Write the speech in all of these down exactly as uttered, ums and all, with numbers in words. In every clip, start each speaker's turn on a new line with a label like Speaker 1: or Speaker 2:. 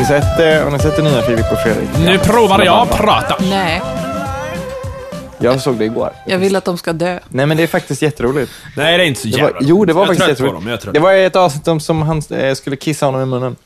Speaker 1: sett, eh, har ni sett det nya Filip och Fredrik?
Speaker 2: Nu
Speaker 1: ja,
Speaker 2: provar jag att prata.
Speaker 3: Nej,
Speaker 1: Jag såg det igår.
Speaker 3: jag vill att de ska dö.
Speaker 1: Nej, men det är faktiskt jätteroligt.
Speaker 2: Nej, det är inte så
Speaker 1: Det
Speaker 2: jävla
Speaker 1: var, jo, det var
Speaker 2: jag
Speaker 1: faktiskt
Speaker 2: trött på
Speaker 1: jätteroligt.
Speaker 2: dem, jag är trött.
Speaker 1: Det var ett avsnitt om som han eh, skulle kissa honom i munnen.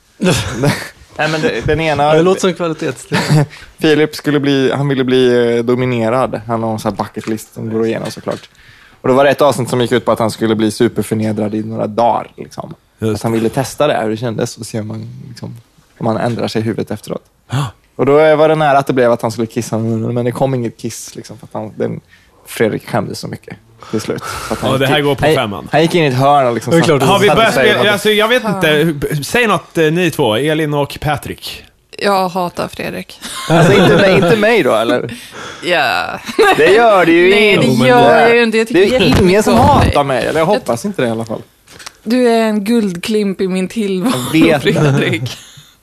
Speaker 1: Nej, men det, den ena...
Speaker 4: Det låter som kvalitetstid.
Speaker 1: Filip skulle bli, han ville bli eh, dominerad. Han har en sån här bucket list som går igenom såklart. Och det var ett avsnitt som gick ut på att han skulle bli superförnedrad i några dagar. Liksom. Att han ville testa det, hur det kändes, och se om man, liksom, om man ändrar sig i huvudet efteråt. Och då var det nära att det blev att han skulle kissa, men det kom inget kiss. Liksom, för att han, den, Fredrik skämdes så mycket till slut. Att han
Speaker 2: Ja, det här
Speaker 1: gick,
Speaker 2: går på
Speaker 1: han,
Speaker 2: femman.
Speaker 1: Han gick in i ett hörn och liksom...
Speaker 4: Det är klart.
Speaker 2: Har vi
Speaker 1: satte
Speaker 2: börjat
Speaker 1: sig och
Speaker 2: spela?
Speaker 1: hade-
Speaker 2: Alltså, jag vet inte. Säg något, eh, ni två, Elin och Patrick.
Speaker 3: Jag hatar Fredrik.
Speaker 1: Alltså inte mig, inte mig då, eller?
Speaker 3: Ja.
Speaker 1: Det gör det ju
Speaker 3: Nej, det
Speaker 1: ingen.
Speaker 3: gör jag ju inte. Jag
Speaker 1: Det
Speaker 3: tycker
Speaker 1: är ingen
Speaker 3: jättemycket
Speaker 1: som
Speaker 3: om dig.
Speaker 1: hatar mig, eller jag hoppas inte det i alla fall.
Speaker 3: Du är en guldklimp i min tillvaro,
Speaker 1: Jag vet det.
Speaker 3: Fredrik.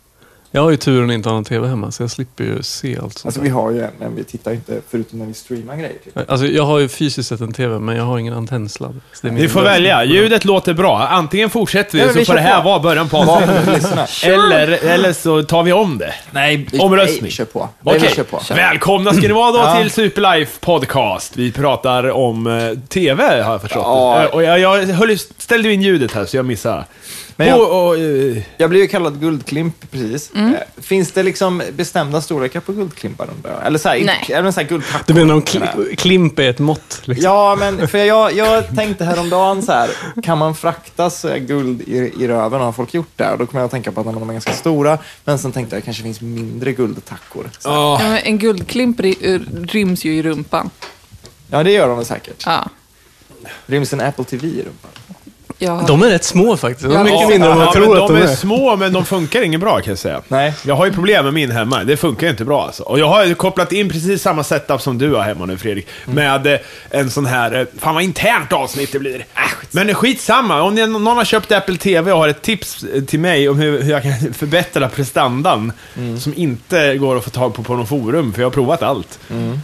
Speaker 4: Jag har ju turen att inte ha någon tv hemma, så jag slipper ju se allt sånt.
Speaker 1: Alltså vi har ju en, men vi tittar inte förutom när vi streamar grejer. Typ.
Speaker 4: Alltså, jag har ju fysiskt sett en tv, men jag har ingen antennsladd. Så det är min
Speaker 2: Ni får
Speaker 4: lösning.
Speaker 2: välja, ljudet låter bra. Antingen fortsätter vi,
Speaker 1: Ja,
Speaker 2: så
Speaker 1: vi
Speaker 2: får
Speaker 1: kör
Speaker 2: det här
Speaker 1: på.
Speaker 2: vara början på
Speaker 1: Vad
Speaker 2: avsnittet.
Speaker 1: lyssna.
Speaker 2: Eller, eller så tar vi om det.
Speaker 1: Nej, vi,
Speaker 2: Omröstning.
Speaker 1: Nej, kör på. Nej,
Speaker 2: Okej,
Speaker 1: vi kör på.
Speaker 2: välkomna ska ni vara då
Speaker 1: Ja.
Speaker 2: till Superlife Podcast. Vi pratar om eh, tv, har jag förstått.
Speaker 1: Ja.
Speaker 2: Eh, och jag, jag höll, ställde in ljudet här, så jag missade.
Speaker 1: Men jag-
Speaker 2: och, och, eh,
Speaker 1: Jag blev ju kallad guldklimp precis.
Speaker 3: Mm.
Speaker 1: Eh, Finns det liksom bestämda storlekar på guldklimpar? undrar jag? Eller så här,
Speaker 3: Nej.
Speaker 1: inte, eller så här guldtackor.
Speaker 4: Du menar om kli- klimp är ett mått? Liksom.
Speaker 1: Ja, men för jag, jag tänkte häromdagen så här, kan man frakta så här guld i, i röven? Har folk gjort det? Och då kommer jag att tänka på att de är ganska stora. Men sen tänkte jag att det kanske finns mindre guldtackor. Så här.
Speaker 2: åh,
Speaker 3: Ja, men en guldklimp ry- ryms ju i rumpan.
Speaker 1: Ja, det gör de väl säkert.
Speaker 3: Ja.
Speaker 1: Ryms en Apple T V i rumpan?
Speaker 3: Jag har...
Speaker 4: De är rätt små faktiskt. De är
Speaker 3: Ja,
Speaker 4: mycket
Speaker 3: ja,
Speaker 4: mindre än man
Speaker 2: ja,
Speaker 4: tror
Speaker 2: men
Speaker 4: att
Speaker 2: de
Speaker 4: de
Speaker 2: är
Speaker 4: är.
Speaker 2: små, men de funkar inget bra, kan jag säga.
Speaker 1: Nej.
Speaker 2: Jag har ju problem med min hemma. Det funkar inte bra alltså. Och jag har ju kopplat in precis samma setup som du har hemma nu, Fredrik. Med eh, en sån här, eh, fan vad internt avsnitt det blir. Äh, men skitsamma. Om ni, någon har köpt Apple T V och har ett tips eh, till mig om hur, hur jag kan förbättra prestandan som inte går att få tag på på någon forum, för jag har provat allt.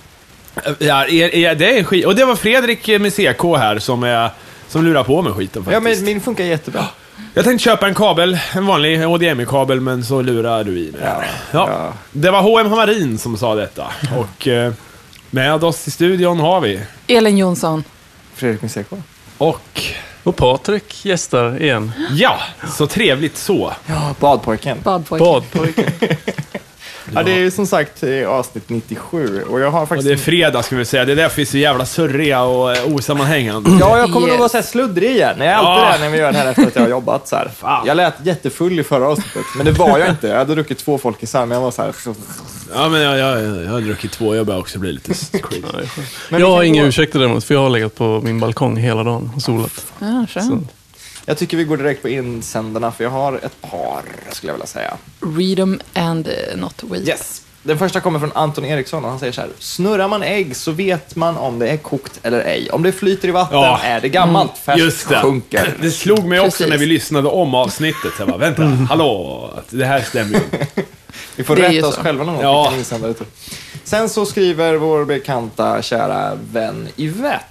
Speaker 2: Ja, är, är, det är skit. Och det var Fredrik med C K här som, är, som lurar på med skiten faktiskt.
Speaker 1: Ja, men min funkar jättebra.
Speaker 2: Jag tänkte köpa en kabel, en vanlig H D M I-kabel, men så lurar du i mig. Ja, ja.
Speaker 1: ja.
Speaker 2: Det var H M Hamarin som sa detta. Och eh, med oss i studion har vi.
Speaker 3: Elin Jonsson.
Speaker 1: Fredrik med C K.
Speaker 2: Och
Speaker 4: Och Patrik gästar igen.
Speaker 2: ja, så trevligt så.
Speaker 1: Ja, badpojken.
Speaker 3: Badpojken.
Speaker 4: Badpojken.
Speaker 1: Ja, det är ju som sagt eh, avsnitt nittiosju. Och jag har
Speaker 2: Och
Speaker 1: faktiskt...
Speaker 2: det är fredag, ska vi säga. Det är därför vi är så jävla surriga och eh, osammanhängande.
Speaker 1: Ja, jag kommer nog
Speaker 3: Yes.
Speaker 1: vara så här sluddrig igen. Jag är alltid
Speaker 2: Ja.
Speaker 1: där när vi gör det här efter att jag har jobbat så här.
Speaker 2: Fan.
Speaker 1: Jag lät jättefull i förra avsnittet, men det var jag inte. Jag hade druckit två folk i samma, men jag var så här...
Speaker 2: Ja, men jag, jag, jag har druckit två, jag börjar också bli lite crazy.
Speaker 1: Men
Speaker 4: Jag
Speaker 1: vi
Speaker 4: har
Speaker 1: kan
Speaker 4: inga
Speaker 1: gå-
Speaker 4: ursäkter däremot, för jag har legat på min balkong hela dagen och solat.
Speaker 3: Ja, skönt.
Speaker 1: Jag tycker vi går direkt på insändarna, för jag har ett par, skulle jag vilja säga.
Speaker 3: Read them and uh, not wait.
Speaker 1: Yes. Den första kommer från Anton Eriksson och han säger så här: snurrar man ägg så vet man om det är kokt eller ej. Om det flyter i vatten
Speaker 2: Ja.
Speaker 1: är det gammalt, färskt
Speaker 2: Just det.
Speaker 1: sjunker.
Speaker 2: Det slog mig också
Speaker 3: Precis.
Speaker 2: när vi lyssnade om avsnittet. Jag bara, vänta, hallå, det här stämmer ju.
Speaker 1: Vi får
Speaker 3: Det är ju
Speaker 1: rätta oss
Speaker 3: så.
Speaker 1: själva någon gång.
Speaker 2: Ja.
Speaker 1: vilken insändare till. Sen så skriver vår bekanta, kära vän Yvette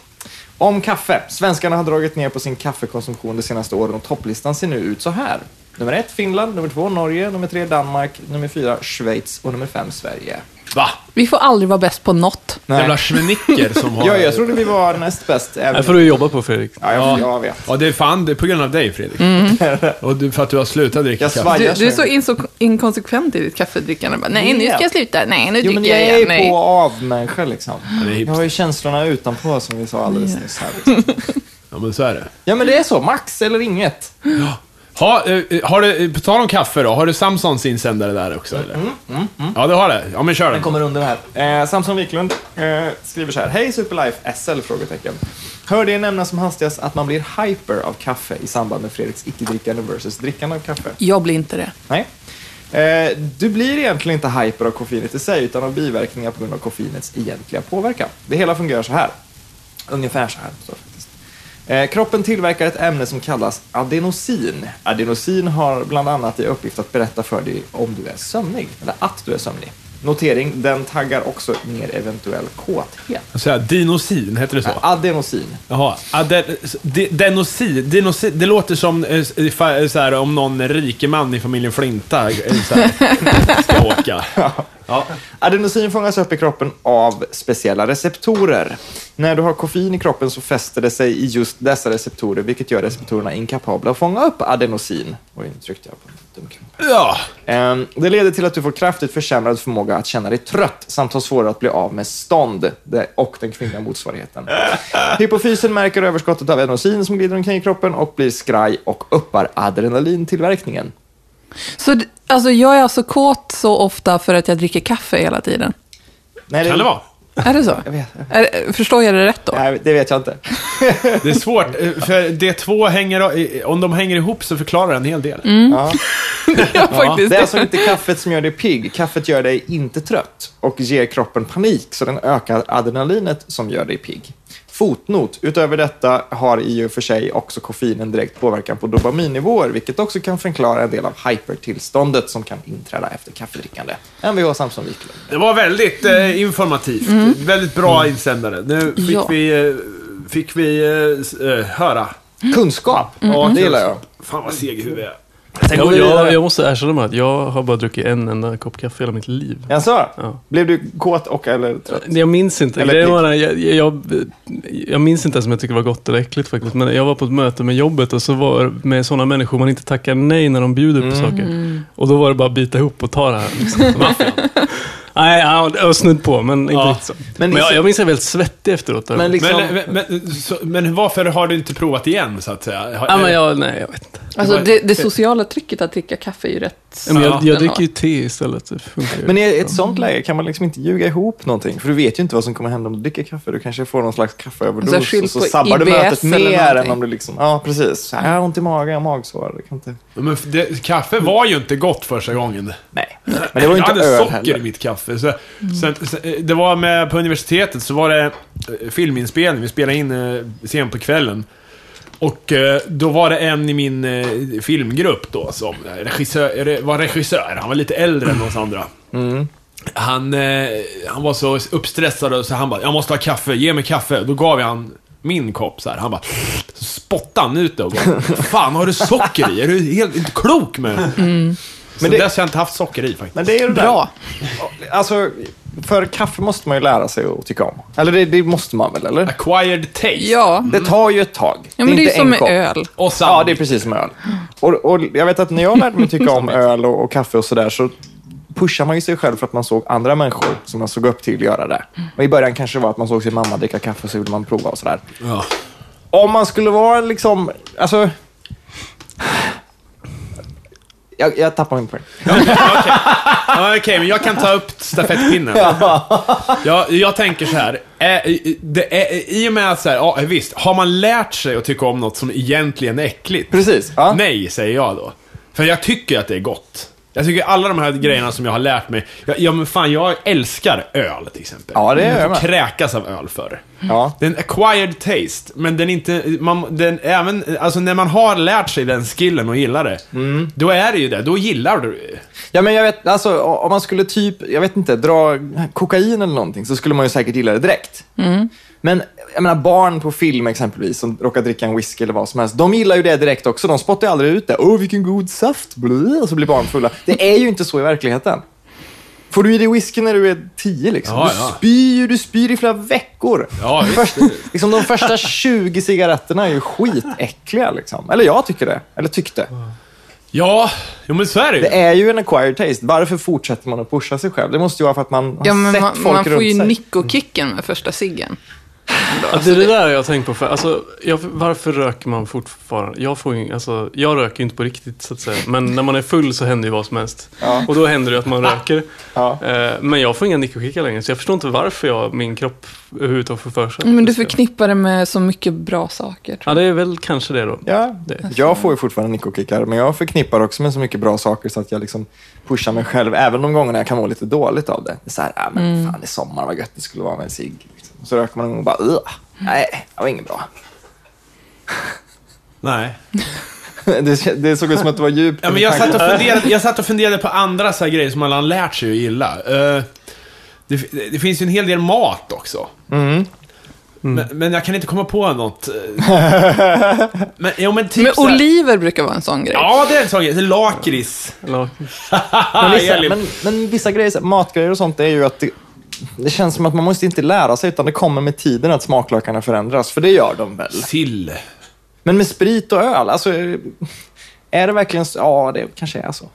Speaker 1: om kaffe. Svenskarna har dragit ner på sin kaffekonsumtion de senaste åren och topplistan ser nu ut så här. Nummer ett Finland, nummer två Norge, nummer tre Danmark, nummer fyra Schweiz och nummer fem Sverige.
Speaker 2: Va?
Speaker 3: Vi får aldrig vara bäst på något.
Speaker 2: Jävla schwenicker som har...
Speaker 1: Ja, jag trodde vi var näst bäst. Även...
Speaker 4: Här får du jobba på, Fredrik.
Speaker 1: Ja, jag, jag vet.
Speaker 2: Ja, det är fan det är på grund av dig, Fredrik. Och du, för att du har slutat dricka
Speaker 1: Jag
Speaker 2: kaffe.
Speaker 1: svajar.
Speaker 3: Du, du är så inso- inkonsekvent i ditt kaffedrickande. Bara, nej, nu ska jag sluta. Nej, nu
Speaker 1: Jo, men
Speaker 3: dricker
Speaker 1: jag
Speaker 3: jag
Speaker 1: är
Speaker 3: igen. Nej.
Speaker 1: på av-människa liksom.
Speaker 2: det är hipster.
Speaker 1: Jag har ju känslorna utanpå, som vi sa alldeles nyss här. Liksom.
Speaker 2: Ja, men så är det.
Speaker 1: Ja, men det är så. Max eller inget.
Speaker 2: Ha, eh, har du, på tal om kaffe då, har du Samsons insändare där också, eller? Ja, du har det. Ja, men kör
Speaker 1: Den
Speaker 2: den.
Speaker 1: kommer under här. Eh, Samson Wiklund eh, skriver så här. Hej Superlife S L? Frågetecken. Hörde jag nämna som hastigast att man blir hyper av kaffe i samband med Fredriks icke-drickande versus drickande av kaffe?
Speaker 3: Jag blir inte det.
Speaker 1: Nej. Eh, du blir egentligen inte hyper av koffeinet i sig, utan av biverkningar på grund av koffeinets egentliga påverkan. Det hela fungerar så här. Ungefär så här. Så faktiskt. Eh, kroppen tillverkar ett ämne som kallas adenosin. Adenosin har bland annat i uppgift att berätta för dig om du är sömnig, eller att du är sömnig. Notering, den taggar också ner eventuell kåthet.
Speaker 2: Så här, dinosin, heter det så?
Speaker 1: Adenosin.
Speaker 2: Jaha, aden, de, denosin, denosin, det låter som eh, så här, om någon rikeman i familjen Flinta eh, så här, ska åka.
Speaker 1: Ja. Adenosin fångas upp i kroppen av speciella receptorer. När du har koffein i kroppen så fäster det sig i just dessa receptorer, vilket gör receptorerna inkapabla att fånga upp adenosin. Oj, nu tryckte jag på en dum knapp.
Speaker 2: Ja.
Speaker 1: Det leder till att du får kraftigt försämrad förmåga att känna dig trött samt har svårare att bli av med stånd och den kvinnliga motsvarigheten. Hypofysen märker överskottet av adenosin som glider omkring i kroppen och blir skraj och uppar adrenalintillverkningen.
Speaker 3: Så alltså, jag är alltså kåt så ofta för att jag dricker kaffe hela tiden?
Speaker 1: Nej, det...
Speaker 2: Kan det vara?
Speaker 3: Är det så?
Speaker 1: Jag vet.
Speaker 3: Är, förstår jag det rätt då?
Speaker 1: Nej, det vet jag inte.
Speaker 2: Det är svårt, för det två hänger, om de hänger ihop så förklarar det en hel del.
Speaker 3: Mm.
Speaker 1: Ja.
Speaker 3: Ja, faktiskt.
Speaker 1: Det är alltså inte kaffet som gör dig pigg. Kaffet gör dig inte trött och ger kroppen panik, så den ökar adrenalinet som gör dig pigg. Fotnot. Utöver detta har i och för sig också koffein en direkt påverkan på dopaminnivåer, vilket också kan förklara en del av hypertillståndet som kan inträda efter kaffedrickande. M V H Samson Wiklund.
Speaker 2: Det var väldigt eh, informativt. Mm. Väldigt bra insändare. Nu fick
Speaker 3: Ja.
Speaker 2: vi, eh, fick vi eh, höra.
Speaker 1: Kunskap. Ja, det gillar jag.
Speaker 2: Fan vad seg huvud är.
Speaker 4: Jag, jag, jag måste erkänna att jag har bara druckit en enda kopp kaffe hela mitt liv.
Speaker 1: Jaså?
Speaker 4: Ja.
Speaker 1: Blev du kåt och eller trött?
Speaker 4: Jag minns inte.
Speaker 1: Eller
Speaker 4: Det var, jag, jag, jag minns inte ens om jag tycker det var gott eller äckligt faktiskt. Men jag var på ett möte med jobbet och så var med sådana människor man inte tackar nej när de bjuder på
Speaker 1: Mm.
Speaker 4: saker. Och då var det bara att bita ihop och ta det här. Liksom. Nej, jag var snudd på, men inte
Speaker 2: Ja.
Speaker 4: riktigt så.
Speaker 1: Men
Speaker 4: Men, jag,
Speaker 1: liksom-
Speaker 4: jag minns att jag var väldigt svettig efteråt. Där.
Speaker 1: Men liksom...
Speaker 2: Men, men, men, så, men varför har du inte provat igen, så att säga? Har,
Speaker 4: ja, men jag, nej, jag vet inte.
Speaker 3: Alltså, det, det sociala trycket att dricka kaffe är ju rätt...
Speaker 4: Ja, men jag, jag
Speaker 3: Den
Speaker 4: dricker ju te istället. Det funkar ju.
Speaker 1: Men i ett sånt läge kan man liksom inte ljuga ihop någonting. För du vet ju inte vad som kommer hända om du dricker kaffe. Du kanske får någon slags kaffeöverdos
Speaker 3: Alltså, skyll
Speaker 1: och så
Speaker 3: på
Speaker 1: sabbar du
Speaker 3: I B S
Speaker 1: mötet
Speaker 3: eller
Speaker 1: mer
Speaker 3: någonting.
Speaker 1: än om du liksom... Ja, precis. Så här, jag har ont i magen, jag har magsår. Det kan inte...
Speaker 2: Men det, kaffe var ju inte gott första gången.
Speaker 1: Nej. Men det var ju
Speaker 2: jag
Speaker 1: inte
Speaker 2: hade
Speaker 1: öl
Speaker 2: socker
Speaker 1: heller.
Speaker 2: i mitt kaffe. Så, sen, sen, det var med på universitetet, så var det eh, filminspelning. Vi spelade in eh, sent på kvällen. Och eh, då var det en i min eh, filmgrupp då som regissör, var regissör. Han var lite äldre än oss andra.
Speaker 1: Mm.
Speaker 2: Han, eh, han var så uppstressad och så han bara, jag måste ha kaffe, ge mig kaffe. Då gav jag han min kopp så här. Han bara, så spottade han ut det och bara, fan, har du socker i? Är du helt inte klok med? Mm. Så
Speaker 1: Men det-
Speaker 2: dess har jag inte haft socker i faktiskt.
Speaker 1: Men det är ju det
Speaker 3: Bra.
Speaker 1: där. Alltså, för kaffe måste man ju lära sig att tycka om. Eller det, det måste man väl, eller?
Speaker 2: Acquired taste.
Speaker 3: Ja.
Speaker 1: Det tar ju ett tag.
Speaker 3: Ja, men det är ju
Speaker 1: inte
Speaker 3: som
Speaker 1: en
Speaker 3: med
Speaker 1: kopp.
Speaker 3: öl.
Speaker 2: Och sand.
Speaker 1: Ja, det är precis som öl. Och, och jag vet att när jag lärde mig tycka om öl och, och kaffe och sådär, så pushar man ju sig själv för att man såg andra människor som man såg upp till göra det. Och i början kanske det var att man såg sin mamma dricka kaffe, så ville man prova och sådär.
Speaker 2: Ja.
Speaker 1: Om man skulle vara liksom, alltså... Jag, jag tappar min poäng.
Speaker 2: Ja, okej, men jag kan ta upp stafettpinnen. jag, jag tänker så här. Är, det är, I och med att så här, ja, visst, har man lärt sig att tycka om något som egentligen är äckligt?
Speaker 1: Precis. Ja.
Speaker 2: Nej, säger jag då. För jag tycker att det är gott. Jag tycker alla de här grejerna som jag har lärt mig. Jag, ja, men fan, jag älskar öl till exempel.
Speaker 1: Ja, det är jag
Speaker 2: jag
Speaker 1: med.
Speaker 2: får kräkas av öl för.
Speaker 1: Ja.
Speaker 2: Det är en acquired taste, men den inte, man, den, även, alltså när man har lärt sig den skillen och gillar det,
Speaker 1: Mm.
Speaker 2: då är det ju det, då gillar du det.
Speaker 1: Ja, men jag vet, alltså om man skulle typ, jag vet inte, dra kokain eller någonting, så skulle man ju säkert gilla det direkt. Men jag menar, barn på film exempelvis som råkar dricka en whisky eller vad som helst, de gillar ju det direkt också. De spottar ju aldrig ut det. Åh, vilken god saft, blö, och så blir barn fulla. Det är ju inte så i verkligheten. Får du i dig whisky när du är tio liksom?
Speaker 2: Ja,
Speaker 1: du
Speaker 2: ja.
Speaker 1: spyr, du spyr i flera veckor.
Speaker 2: Ja, visst.
Speaker 1: Först, liksom, de första tjugo cigaretterna är ju skitäckliga liksom. Eller jag tycker det. Eller tyckte.
Speaker 2: Ja, jo, men så är det ju.
Speaker 1: Det är ju en acquired taste. Varför fortsätter man att pusha sig själv? Det måste ju vara för att man har
Speaker 3: Ja, men
Speaker 1: sett
Speaker 3: man,
Speaker 1: folk
Speaker 3: man får
Speaker 1: runt
Speaker 3: ju
Speaker 1: sig.
Speaker 3: nikokicken med första ciggen.
Speaker 4: Ja, det är det där jag har tänkt på. För, alltså, jag, varför röker man fortfarande? Jag, får ju, alltså, jag röker ju inte på riktigt, så att säga. Men när man är full så händer ju vad som helst.
Speaker 1: Ja.
Speaker 4: Och då händer det att man röker.
Speaker 1: Ja.
Speaker 4: Eh, men jag får inga nikokickar längre. Så jag förstår inte varför jag, min kropp överhuvudtaget får för sig.
Speaker 3: Men du förknippar det med så mycket bra saker.
Speaker 4: Ja, det är väl kanske det då.
Speaker 1: Ja,
Speaker 4: Det.
Speaker 1: jag får ju fortfarande nikokickar, men jag förknippar också med så mycket bra saker så att jag liksom pushar mig själv, även de gångerna jag kan må lite dåligt av det. Det är så här, äh, men fan, i sommar vad gött det skulle vara med en cigg. Liksom. Så röker man och bara, Ugh, nej, det var inget bra.
Speaker 2: Nej.
Speaker 1: det, det såg ut som att det var djupt.
Speaker 2: Ja, men jag, satt och funderade, jag satt och funderade på andra så här grejer som man har lärt sig att gilla. Uh, det, det finns ju en hel del mat också.
Speaker 1: Mm. Mm.
Speaker 2: Men, men jag kan inte komma på något. men, jo, men, typ
Speaker 3: men
Speaker 2: så här,
Speaker 3: oliver brukar vara en sån grej.
Speaker 2: Ja, det är en sån grej. Lakrits.
Speaker 4: Lakrits.
Speaker 1: men, vissa, men, men vissa grejer, matgrejer och sånt är ju att det, det känns som att man måste inte lära sig, utan det kommer med tiden att smaklökarna förändras. För det gör de väl.
Speaker 2: Sill.
Speaker 1: Men med sprit och öl, alltså, är det verkligen så? Ja, det kanske är så.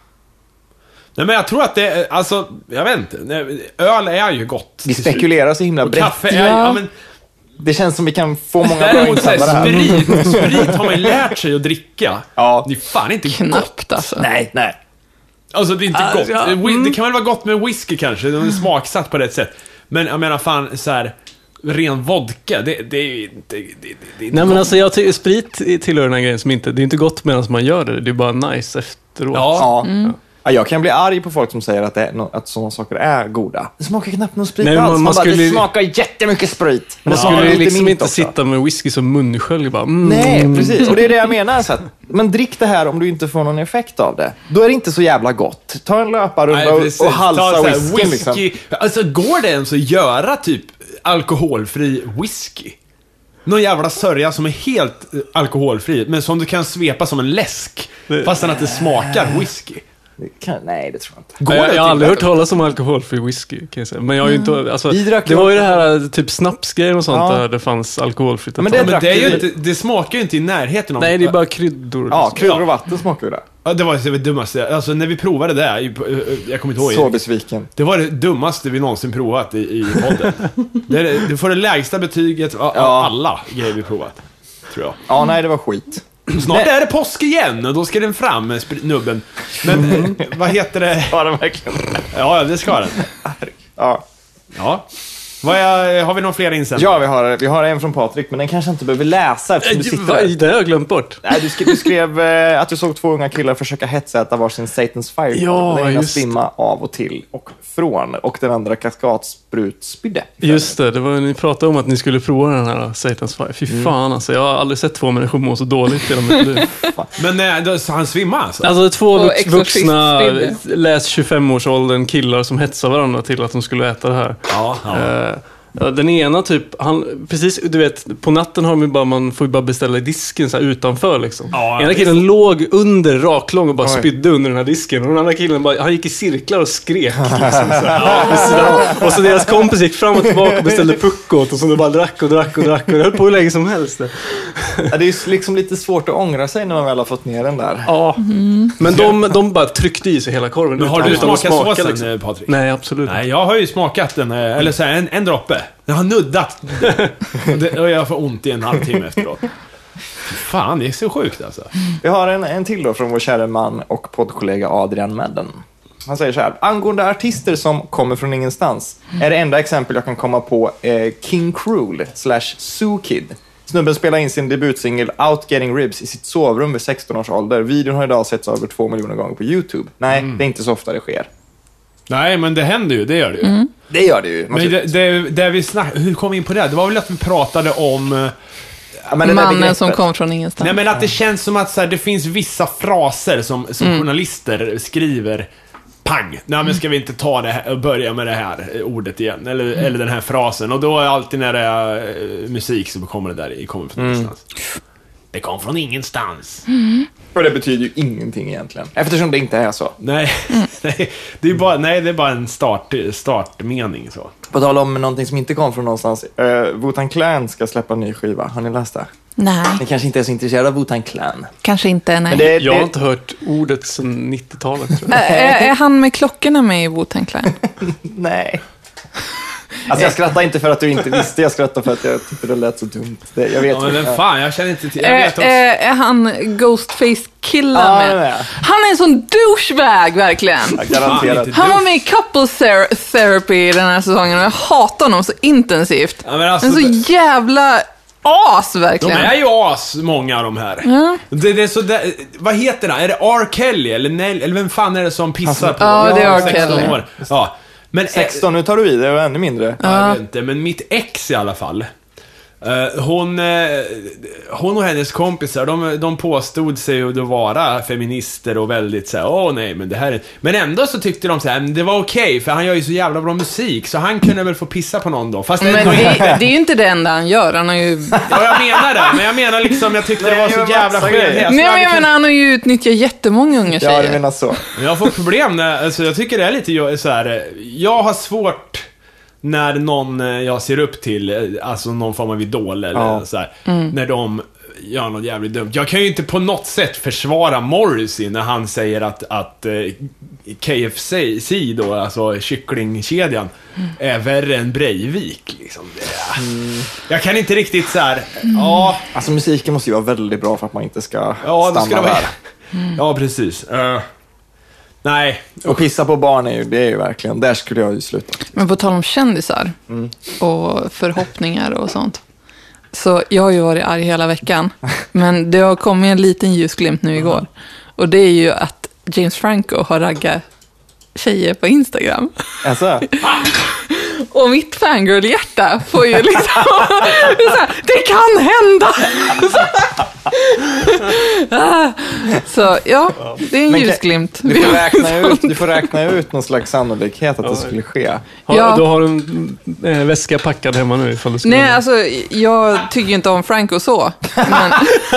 Speaker 2: Nej, men jag tror att det är, alltså, jag vet inte. Öl är ju gott.
Speaker 1: Vi spekulerar så himla brett.
Speaker 2: Kaffe är,
Speaker 3: ja.
Speaker 2: ja, men
Speaker 1: det känns som vi kan få många bra
Speaker 2: däremot så här,
Speaker 1: insändare här.
Speaker 2: sprit, sprit har man ju lärt sig att dricka.
Speaker 1: Ja.
Speaker 2: Det är fan inte gott.
Speaker 3: Knappt alltså.
Speaker 1: Nej, nej.
Speaker 2: Alltså det är inte
Speaker 4: Ah,
Speaker 2: gott.
Speaker 4: ja,
Speaker 2: Whi- Det kan väl vara gott med whisky kanske. Den är smaksatt på rätt sätt. Men jag menar fan så här, ren vodka, det, det är ju inte det, det, det är inte
Speaker 4: Nej men
Speaker 2: gott.
Speaker 4: alltså jag tycker sprit tillhör den här grejen som inte, det är inte gott medan man gör det, det är bara nice efteråt.
Speaker 2: Ja.
Speaker 1: Ja. Ja, jag kan bli arg på folk som säger att, det är no- att sådana saker är goda. Det smakar knappt någon sprit
Speaker 4: Nej,
Speaker 1: alls.
Speaker 4: man-
Speaker 1: Man
Speaker 4: man
Speaker 1: bara,
Speaker 4: skulle-
Speaker 1: det smakar jättemycket sprit. Men
Speaker 4: Man
Speaker 1: det smakar
Speaker 4: skulle
Speaker 1: lite
Speaker 4: liksom
Speaker 1: mint
Speaker 4: inte
Speaker 1: också.
Speaker 4: sitta med whisky som munskölj bara. Mm.
Speaker 1: Nej, precis. Och det är det jag menar. Så att, men drick det här om du inte får någon effekt av det. Då är det inte så jävla gott. Ta en löparrunda
Speaker 2: Nej,
Speaker 1: och,
Speaker 2: precis.
Speaker 1: och
Speaker 2: Ta
Speaker 1: halsa
Speaker 2: så här
Speaker 1: whiskyn. Liksom.
Speaker 2: whisky. Alltså går det ens att göra typ alkoholfri whisky? Någon jävla sörja som är helt eh, alkoholfri, men som du kan svepa som en läsk, fastän att det smakar whisky.
Speaker 1: Det kan, nej, det tror jag inte.
Speaker 2: Går
Speaker 4: jag,
Speaker 2: det
Speaker 4: jag har
Speaker 2: till
Speaker 4: aldrig
Speaker 2: det?
Speaker 4: hört talas om alkoholfri whisky kan jag säga. Men jag har ju inte, alltså,
Speaker 1: Vi drack
Speaker 4: det var ju
Speaker 1: ju-
Speaker 4: det här typ snapsgrejen och sånt
Speaker 1: Ja.
Speaker 4: där det fanns alkoholfritt.
Speaker 1: Ja, men
Speaker 4: ett
Speaker 1: det
Speaker 4: tag.
Speaker 2: Men det, är ju
Speaker 1: drack vi.
Speaker 2: inte, det smakar ju inte i närheten av...
Speaker 4: Nej, det är bara kryddor.
Speaker 1: Ja,
Speaker 4: liksom.
Speaker 1: kryddor och vatten smakar ju det.
Speaker 2: Ja, det var det dummaste. Alltså när vi provade det, här, jag kommer inte ihåg.
Speaker 1: Så besviken.
Speaker 2: Det var det dummaste vi någonsin provat i, i podden. Det, är, du får det lägsta betyget av
Speaker 1: Ja.
Speaker 2: alla grejer vi provat, tror jag.
Speaker 1: Ja, nej, det var skit.
Speaker 2: Snart är det påsk igen och då ska den fram med spr- nubben. Men eh, vad heter det?
Speaker 1: Ja, det verkligen.
Speaker 2: Ja, det ska den.
Speaker 1: Ja.
Speaker 2: Ja. Vad är, har vi någon fler insändare?
Speaker 1: Ja, vi har, vi har en från Patrik, men den kanske inte behöver läsa eftersom du sitter
Speaker 4: Vad-
Speaker 1: där.
Speaker 4: Det har jag glömt bort.
Speaker 1: Nej, du skrev, du skrev eh, att du såg två unga killar försöka hetsäta varsin Satan's Fire.
Speaker 4: Ja,
Speaker 1: den ena
Speaker 4: just det.
Speaker 1: svimma av och till och från, och den andra kaskadsprutspydde.
Speaker 4: Just det, det var, ni pratade om att ni skulle prova den här Satan's Fire. Fy fan alltså, jag har aldrig sett två människor må så dåligt i hela mitt liv.
Speaker 2: Men eh, då, så han svimmar alltså?
Speaker 4: Alltså två
Speaker 3: Och
Speaker 4: vux,
Speaker 3: exorcist
Speaker 4: vuxna,
Speaker 3: spydde.
Speaker 4: läs tjugofem-årsåldern killar som hetsar varandra till att de skulle äta det här.
Speaker 2: Ja, ja.
Speaker 4: Eh, ja, den ena typ, han, precis, du vet, på natten har man ju bara, man får ju bara beställa i disken så här utanför liksom.
Speaker 2: Ja,
Speaker 4: ena
Speaker 2: visst.
Speaker 4: killen låg under raklång och bara
Speaker 1: Oj.
Speaker 4: spydde under den här disken. Och den andra killen bara, han gick i cirklar och skrek. Liksom, så här. Vid sidan av. Och så deras kompis gick fram och tillbaka och beställde puckot och så de bara drack och drack och drack och det höll på hur länge som helst.
Speaker 1: Ja, det är ju liksom lite svårt att ångra sig när man väl har fått ner den där.
Speaker 4: Ja, men de, de bara tryckte i sig hela korven.
Speaker 2: Men har
Speaker 4: utan-
Speaker 2: du
Speaker 4: utan att
Speaker 2: smakat
Speaker 4: smaka,
Speaker 2: såsen,
Speaker 4: liksom.
Speaker 2: eh, Patrik?
Speaker 4: Nej, absolut
Speaker 2: Nej, jag har ju smakat den, eh, eller så här, en, en droppe. Jag har nuddat. Och, det, och jag får ont i en halvtimme efteråt. Fy fan, det är så sjukt alltså.
Speaker 1: Vi har en, en till då från vår kära man och poddkollega Adrian Madden. Han säger så här: angående artister som kommer från ingenstans är det enda exempel jag kan komma på eh, King Cruel slash Zoo Kid. Snubben spelar in sin debutsingel Out Getting Ribs i sitt sovrum vid sexton års ålder. Videon har idag setts över två miljoner gånger på YouTube. Nej, det är inte så ofta det sker.
Speaker 2: Nej, men det händer ju, det gör det ju.
Speaker 3: Mm.
Speaker 1: Det gör det ju. Man
Speaker 2: Men
Speaker 1: ska-
Speaker 2: det, det, det vi snack, hur kom vi in på det? Det var väl att vi pratade om... eh,
Speaker 1: Ja, men det där
Speaker 3: Mannen
Speaker 1: begreppet-
Speaker 3: som kom från ingenstans.
Speaker 2: Nej, men att det känns som att så här, det finns vissa fraser som, som
Speaker 3: Mm.
Speaker 2: journalister skriver. Pang! Nej, men ska vi inte ta det här och börja med det här eh, ordet igen? Eller,
Speaker 3: Mm.
Speaker 2: eller den här frasen. Och då är alltid när det är eh, musik så kommer det där i, kommer från ingenstans. Det kom från ingenstans.
Speaker 1: Och det betyder ju ingenting egentligen. Eftersom det inte är så.
Speaker 2: Nej, nej, det är bara, nej, det är bara en start, startmening så.
Speaker 1: På tal om någonting som inte kom från någonstans. Uh, Wu-Tang Clan ska släppa en ny skiva. Har ni läst det?
Speaker 3: Nej,
Speaker 1: Ni kanske inte är så intresserade av Wu-Tang Clan.
Speaker 3: kanske inte. Nej.
Speaker 1: Men det,
Speaker 4: Jag har
Speaker 1: det,
Speaker 4: inte hört ordet sedan nittiotalet tror jag.
Speaker 3: Ä- är, är han med klockorna med i Wu-Tang Clan?
Speaker 1: nej. Alltså jag skrattar inte för att du inte visste. Jag skrattar för att jag tyckte det lät så dumt. Det, jag vet
Speaker 2: Ja, men
Speaker 1: inte.
Speaker 2: den fan, jag känner inte till. Jag
Speaker 3: Är,
Speaker 2: vet också.
Speaker 3: är, är han Ghostface-killen
Speaker 1: Ja,
Speaker 3: med?
Speaker 1: det är.
Speaker 3: Han är en sån douchebag, verkligen.
Speaker 1: Ja, garanterat.
Speaker 2: Fan, inte
Speaker 3: Han var med i Couple Ther- Therapy den här säsongen och jag hatar honom så intensivt.
Speaker 2: Ja, men alltså,
Speaker 3: en så
Speaker 2: det-
Speaker 3: jävla as,
Speaker 2: De
Speaker 3: verkligen.
Speaker 2: är ju as, många av de här.
Speaker 3: Ja.
Speaker 2: Det, det är så där, vad heter det? Är det R. Kelly eller Nell, eller vem fan är det som pissar på?
Speaker 3: Ja, det är R.
Speaker 2: sexton
Speaker 3: Kelly.
Speaker 2: år. Ja. Men
Speaker 1: sexton, nu tar du i det och ännu mindre.
Speaker 2: Ja, jag vet inte, men mitt ex i alla fall. Uh, hon, uh, hon och hennes kompisar, de, de påstod sig att vara feminister och väldigt så här, åh nej, men det här är... Men ändå så tyckte de så här, det var okej, okay, för han gör ju så jävla bra musik, så han kunde väl få pissa på någon då. Fast
Speaker 3: men det, det, det är ju inte det enda han gör, han har ju...
Speaker 2: Ja, jag menar det, men jag menar liksom, jag tyckte det var så jävla skevhet.
Speaker 3: Men jag menar, han har ju utnyttjat jättemånga unga tjejer.
Speaker 1: Ja, det menar så.
Speaker 2: Jag får problem när, alltså jag tycker det är lite så här, jag har svårt när någon jag ser upp till, alltså någon form av idol eller ja. så här, mm. när de gör något jävligt dumt. Jag kan ju inte på något sätt försvara Morrissey när han säger att, att K F C då, alltså kycklingkedjan, mm. är värre än Breivik liksom. Det, mm. Jag kan inte riktigt så här, mm. ja.
Speaker 1: Alltså musiken måste ju vara väldigt bra för att man inte ska
Speaker 2: ja,
Speaker 1: stanna
Speaker 2: ska det vara...
Speaker 1: där.
Speaker 2: Mm. Ja, precis. Uh, nej.
Speaker 1: Och pissa på barn är ju, det är ju verkligen, där skulle jag ju sluta.
Speaker 3: Men på tal om kändisar mm. och förhoppningar och sånt. Så jag har ju varit arg hela veckan. Men det har kommit en liten ljusglimt nu igår. Mm. Och det är ju att James Franco har raggat tjejer på Instagram.
Speaker 1: Alltså.
Speaker 3: Och mitt fangirl-hjärta får ju liksom... det, är så här, det kan hända! Så ja, det är en ljusglimt.
Speaker 1: Du får räkna ut, du får räkna ut någon slags sannolikhet att ja. det skulle ske.
Speaker 4: Har, ja. Då har du en äh, väska packad hemma nu ifall du skulle...
Speaker 3: Nej, alltså jag tycker inte om Franco så. Men...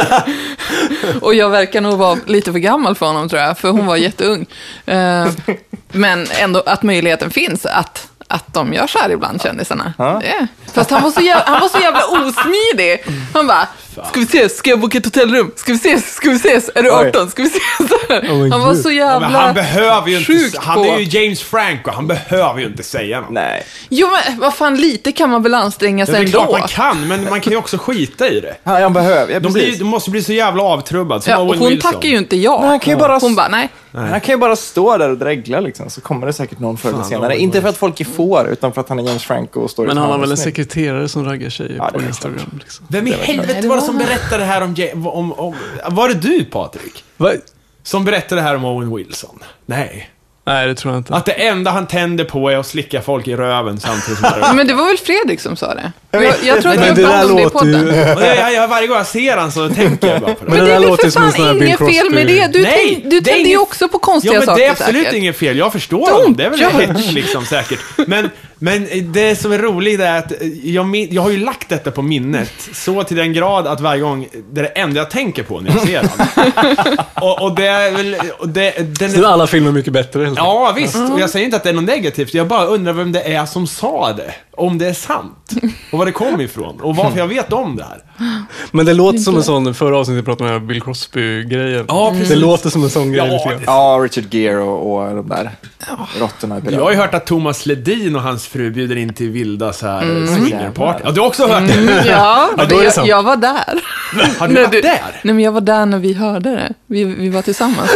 Speaker 3: och jag verkar nog vara lite för gammal för honom, tror jag. För hon var jätteung. Uh, men ändå att möjligheten finns att att de gör så här ibland, kändisarna. Ja. Yeah. Fast han var, så jävla, han var så jävla osmidig. Han bara, ska vi ses? Ska jag boka ett hotellrum? Ska vi ses? Ska vi ses? Är du arton? Ska vi ses? Oh, han var så jävla
Speaker 2: ja, han behöver ju inte, han är ju James Franco. Han behöver ju inte säga något.
Speaker 1: Nej.
Speaker 3: Jo, men vad fan, lite kan man väl anstränga sig ändå.
Speaker 2: Det är klart man kan, men man kan ju också skita i det.
Speaker 1: Ja, jag behöver. Ja,
Speaker 2: de, blir, de måste bli så jävla avtrubbad.
Speaker 3: Ja, och hon Wilson. Tackar ju inte ja.
Speaker 1: Han kan ju bara,
Speaker 3: hon bara, nej.
Speaker 1: nej. Han kan ju bara stå där och dregla liksom, så kommer det säkert någon förr eller senare. Inte för att folk är får, utan för att han är James Franco och står.
Speaker 4: Men han har väl en sekreterare som raggar tjejer ja, på Instagram liksom.
Speaker 2: Vem i helvete var det som berättade det här om, om, om var det du, Patrik?
Speaker 4: Va?
Speaker 2: Som berättade det här om Owen Wilson? Nej.
Speaker 4: Nej, det tror jag inte.
Speaker 2: Att det enda han tände på är att slicka folk i röven samtidigt som
Speaker 3: det. Men det var väl Fredrik som sa det. Jag, jag tror att
Speaker 4: jag pratade om det i podden. Ju...
Speaker 2: jag, jag, varje gång jag ser han så tänker jag bara på det.
Speaker 3: Men, men det är väl för fan inget fel med det. Du, Nej, tänk, du tände ju ingen... också på konstiga saker.
Speaker 2: Ja, men det är absolut säkert. Inget fel. Jag förstår honom. Det är väl helt liksom säkert. Men, men det som är roligt är att jag, jag har ju lagt detta på minnet så till den grad att varje gång det är det enda jag tänker på när jag ser honom. och, och det är väl... Och det, den
Speaker 4: så är alla filmer mycket bättre. Helt
Speaker 2: ja, visst. Och jag säger inte att det är något negativt. Jag bara undrar vem det är som sa det. Om det är sant. Och var det kom ifrån. Och varför jag vet om det här.
Speaker 4: Men det låter som en sån, förra avsnittet pratade med Bill Crosby-grejen.
Speaker 2: Ja,
Speaker 4: det låter som en sån grej.
Speaker 1: Ja, ja Richard Gere och, och de där ja. råttorna.
Speaker 2: Jag har ju hört att Thomas Ledin och hans fru bjuder in till vilda så här mm. swingerparty. Ja, du har också hört det?
Speaker 3: Mm, ja, ja det jag, jag var där.
Speaker 2: Har du varit
Speaker 3: du,
Speaker 2: där?
Speaker 3: Nej, men jag var där när vi hörde det. Vi, vi var tillsammans.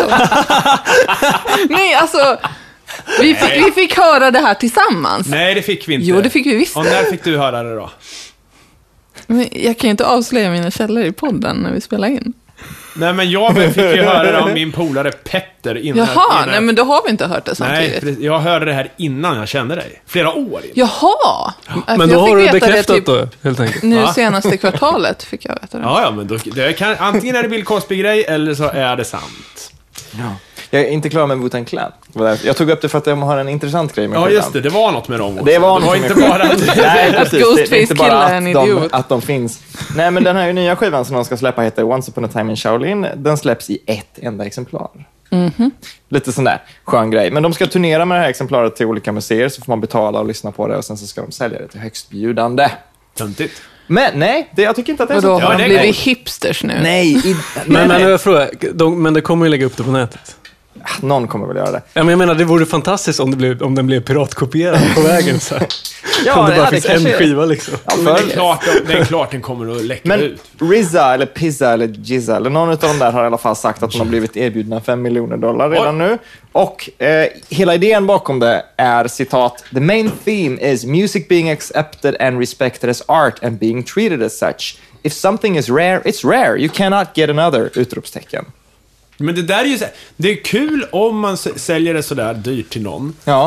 Speaker 3: Nej, alltså... Vi fick, vi fick höra det här tillsammans.
Speaker 2: Nej, det fick vi inte.
Speaker 3: Jo, det fick vi visst.
Speaker 2: Och när fick du höra det då?
Speaker 3: Men jag kan ju inte avslöja mina källor i podden när vi spelar in.
Speaker 2: Nej, men jag fick ju höra det av min polare Petter innan.
Speaker 3: Jaha,
Speaker 2: innan...
Speaker 3: nej men då har vi inte hört det samtidigt.
Speaker 2: Nej, jag hörde det här innan jag kände dig. Flera år innan.
Speaker 3: Jaha!
Speaker 4: Ja. Men då har du bekräftat typ, då, helt enkelt.
Speaker 3: Nu ja. Senaste kvartalet fick jag veta det.
Speaker 2: Ja, ja, men då, det kan, antingen är det Bill Cosby-grej eller så är det sant.
Speaker 1: Ja. Jag är inte klar med Wu-Tang Clan. Jag tog upp det för att de har en intressant grej med
Speaker 2: ja, just det. Det var något med dem också.
Speaker 1: Det var,
Speaker 2: det var inte bara att...
Speaker 1: Nej, precis.
Speaker 3: Ghostface
Speaker 1: det är inte bara
Speaker 3: är en
Speaker 1: att, de,
Speaker 3: idiot.
Speaker 1: att de finns. Nej, men den här nya skivan som de ska släppa heter Once Upon a Time in Shaolin. Den släpps i ett enda exemplar.
Speaker 3: Mm-hmm.
Speaker 1: Lite sån där skön grej. Men de ska turnera med det här exemplaret till olika museer, så får man betala och lyssna på det och sen så ska de sälja det till högstbjudande.
Speaker 2: Töntigt.
Speaker 1: Men nej, det, jag tycker inte att det är
Speaker 3: och då
Speaker 1: så.
Speaker 3: har de blivit hipsters nu.
Speaker 1: Nej, i,
Speaker 4: men, men, men jag frågar, de, men det kommer ju lägga upp det på nätet.
Speaker 1: Någon kommer väl göra det.
Speaker 4: Ja, men jag menar, det vore fantastiskt om, det blev, om den blev piratkopierad på vägen. Så.
Speaker 1: Ja,
Speaker 4: om det bara
Speaker 1: ja,
Speaker 4: finns
Speaker 1: det
Speaker 4: en skiva liksom.
Speaker 1: Ja,
Speaker 2: men det är, klart, det är klart den kommer att läcka
Speaker 1: men
Speaker 2: ut.
Speaker 1: Rizza eller Pizza eller Jizza eller någon av de där har i alla fall sagt att de har blivit erbjudna fem miljoner dollar redan Oj. nu. Och eh, hela idén bakom det är citat: "The main theme is music being accepted and respected as art and being treated as such. If something is rare, it's rare. You cannot get another." Utropstecken.
Speaker 2: Men det där är ju så, det är kul om man säljer det så där dyrt till någon.
Speaker 1: Ja.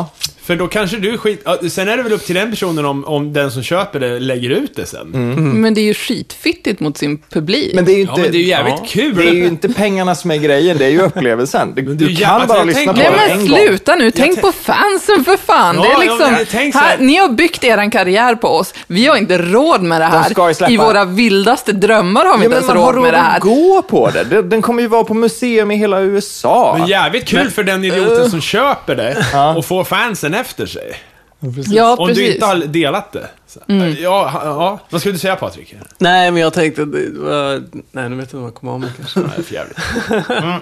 Speaker 2: För då kanske du skit... Ja, sen är det väl upp till den personen om, om den som köper det lägger ut det sen.
Speaker 3: Mm. Mm. Men det är ju skitfittigt mot sin publik.
Speaker 1: Men det är ju inte...
Speaker 2: Ja, men det är ju jävligt
Speaker 1: ja.
Speaker 2: kul.
Speaker 1: Det är ju inte pengarna som är grejen, det är ju upplevelsen. Du, du
Speaker 2: jävla,
Speaker 1: kan bara
Speaker 2: jag
Speaker 1: lyssna
Speaker 2: tänk,
Speaker 1: på
Speaker 3: Nej
Speaker 1: det
Speaker 3: men
Speaker 1: en
Speaker 3: sluta
Speaker 1: gång.
Speaker 3: nu, tänk på fansen för fan.
Speaker 2: Ja,
Speaker 3: det är
Speaker 2: ja,
Speaker 3: liksom,
Speaker 2: men tänk så här-
Speaker 3: här, ni har byggt eran karriär på oss. Vi har inte råd med det
Speaker 1: De ska ju
Speaker 3: här.
Speaker 1: släppa-
Speaker 3: I våra vildaste drömmar har vi
Speaker 1: Ja,
Speaker 3: inte
Speaker 1: men
Speaker 3: ens
Speaker 1: man har
Speaker 3: råd med det här.
Speaker 1: att gå på det. Den, den kommer ju vara på museum i hela U S A.
Speaker 2: Men jävligt kul
Speaker 1: Men-
Speaker 2: för den idioten
Speaker 1: Uh.
Speaker 2: som köper det
Speaker 1: Ja.
Speaker 2: och får fansen efter sig.
Speaker 3: Ja,
Speaker 2: Om
Speaker 3: precis.
Speaker 2: du inte har delat det. Så, ja, ha- ja, vad skulle du säga, Patrik?
Speaker 4: Nej, men jag tänkte... Det var... Nej, nu vet jag inte vad jag kommer av mig kanske.
Speaker 2: Nej, för jävligt.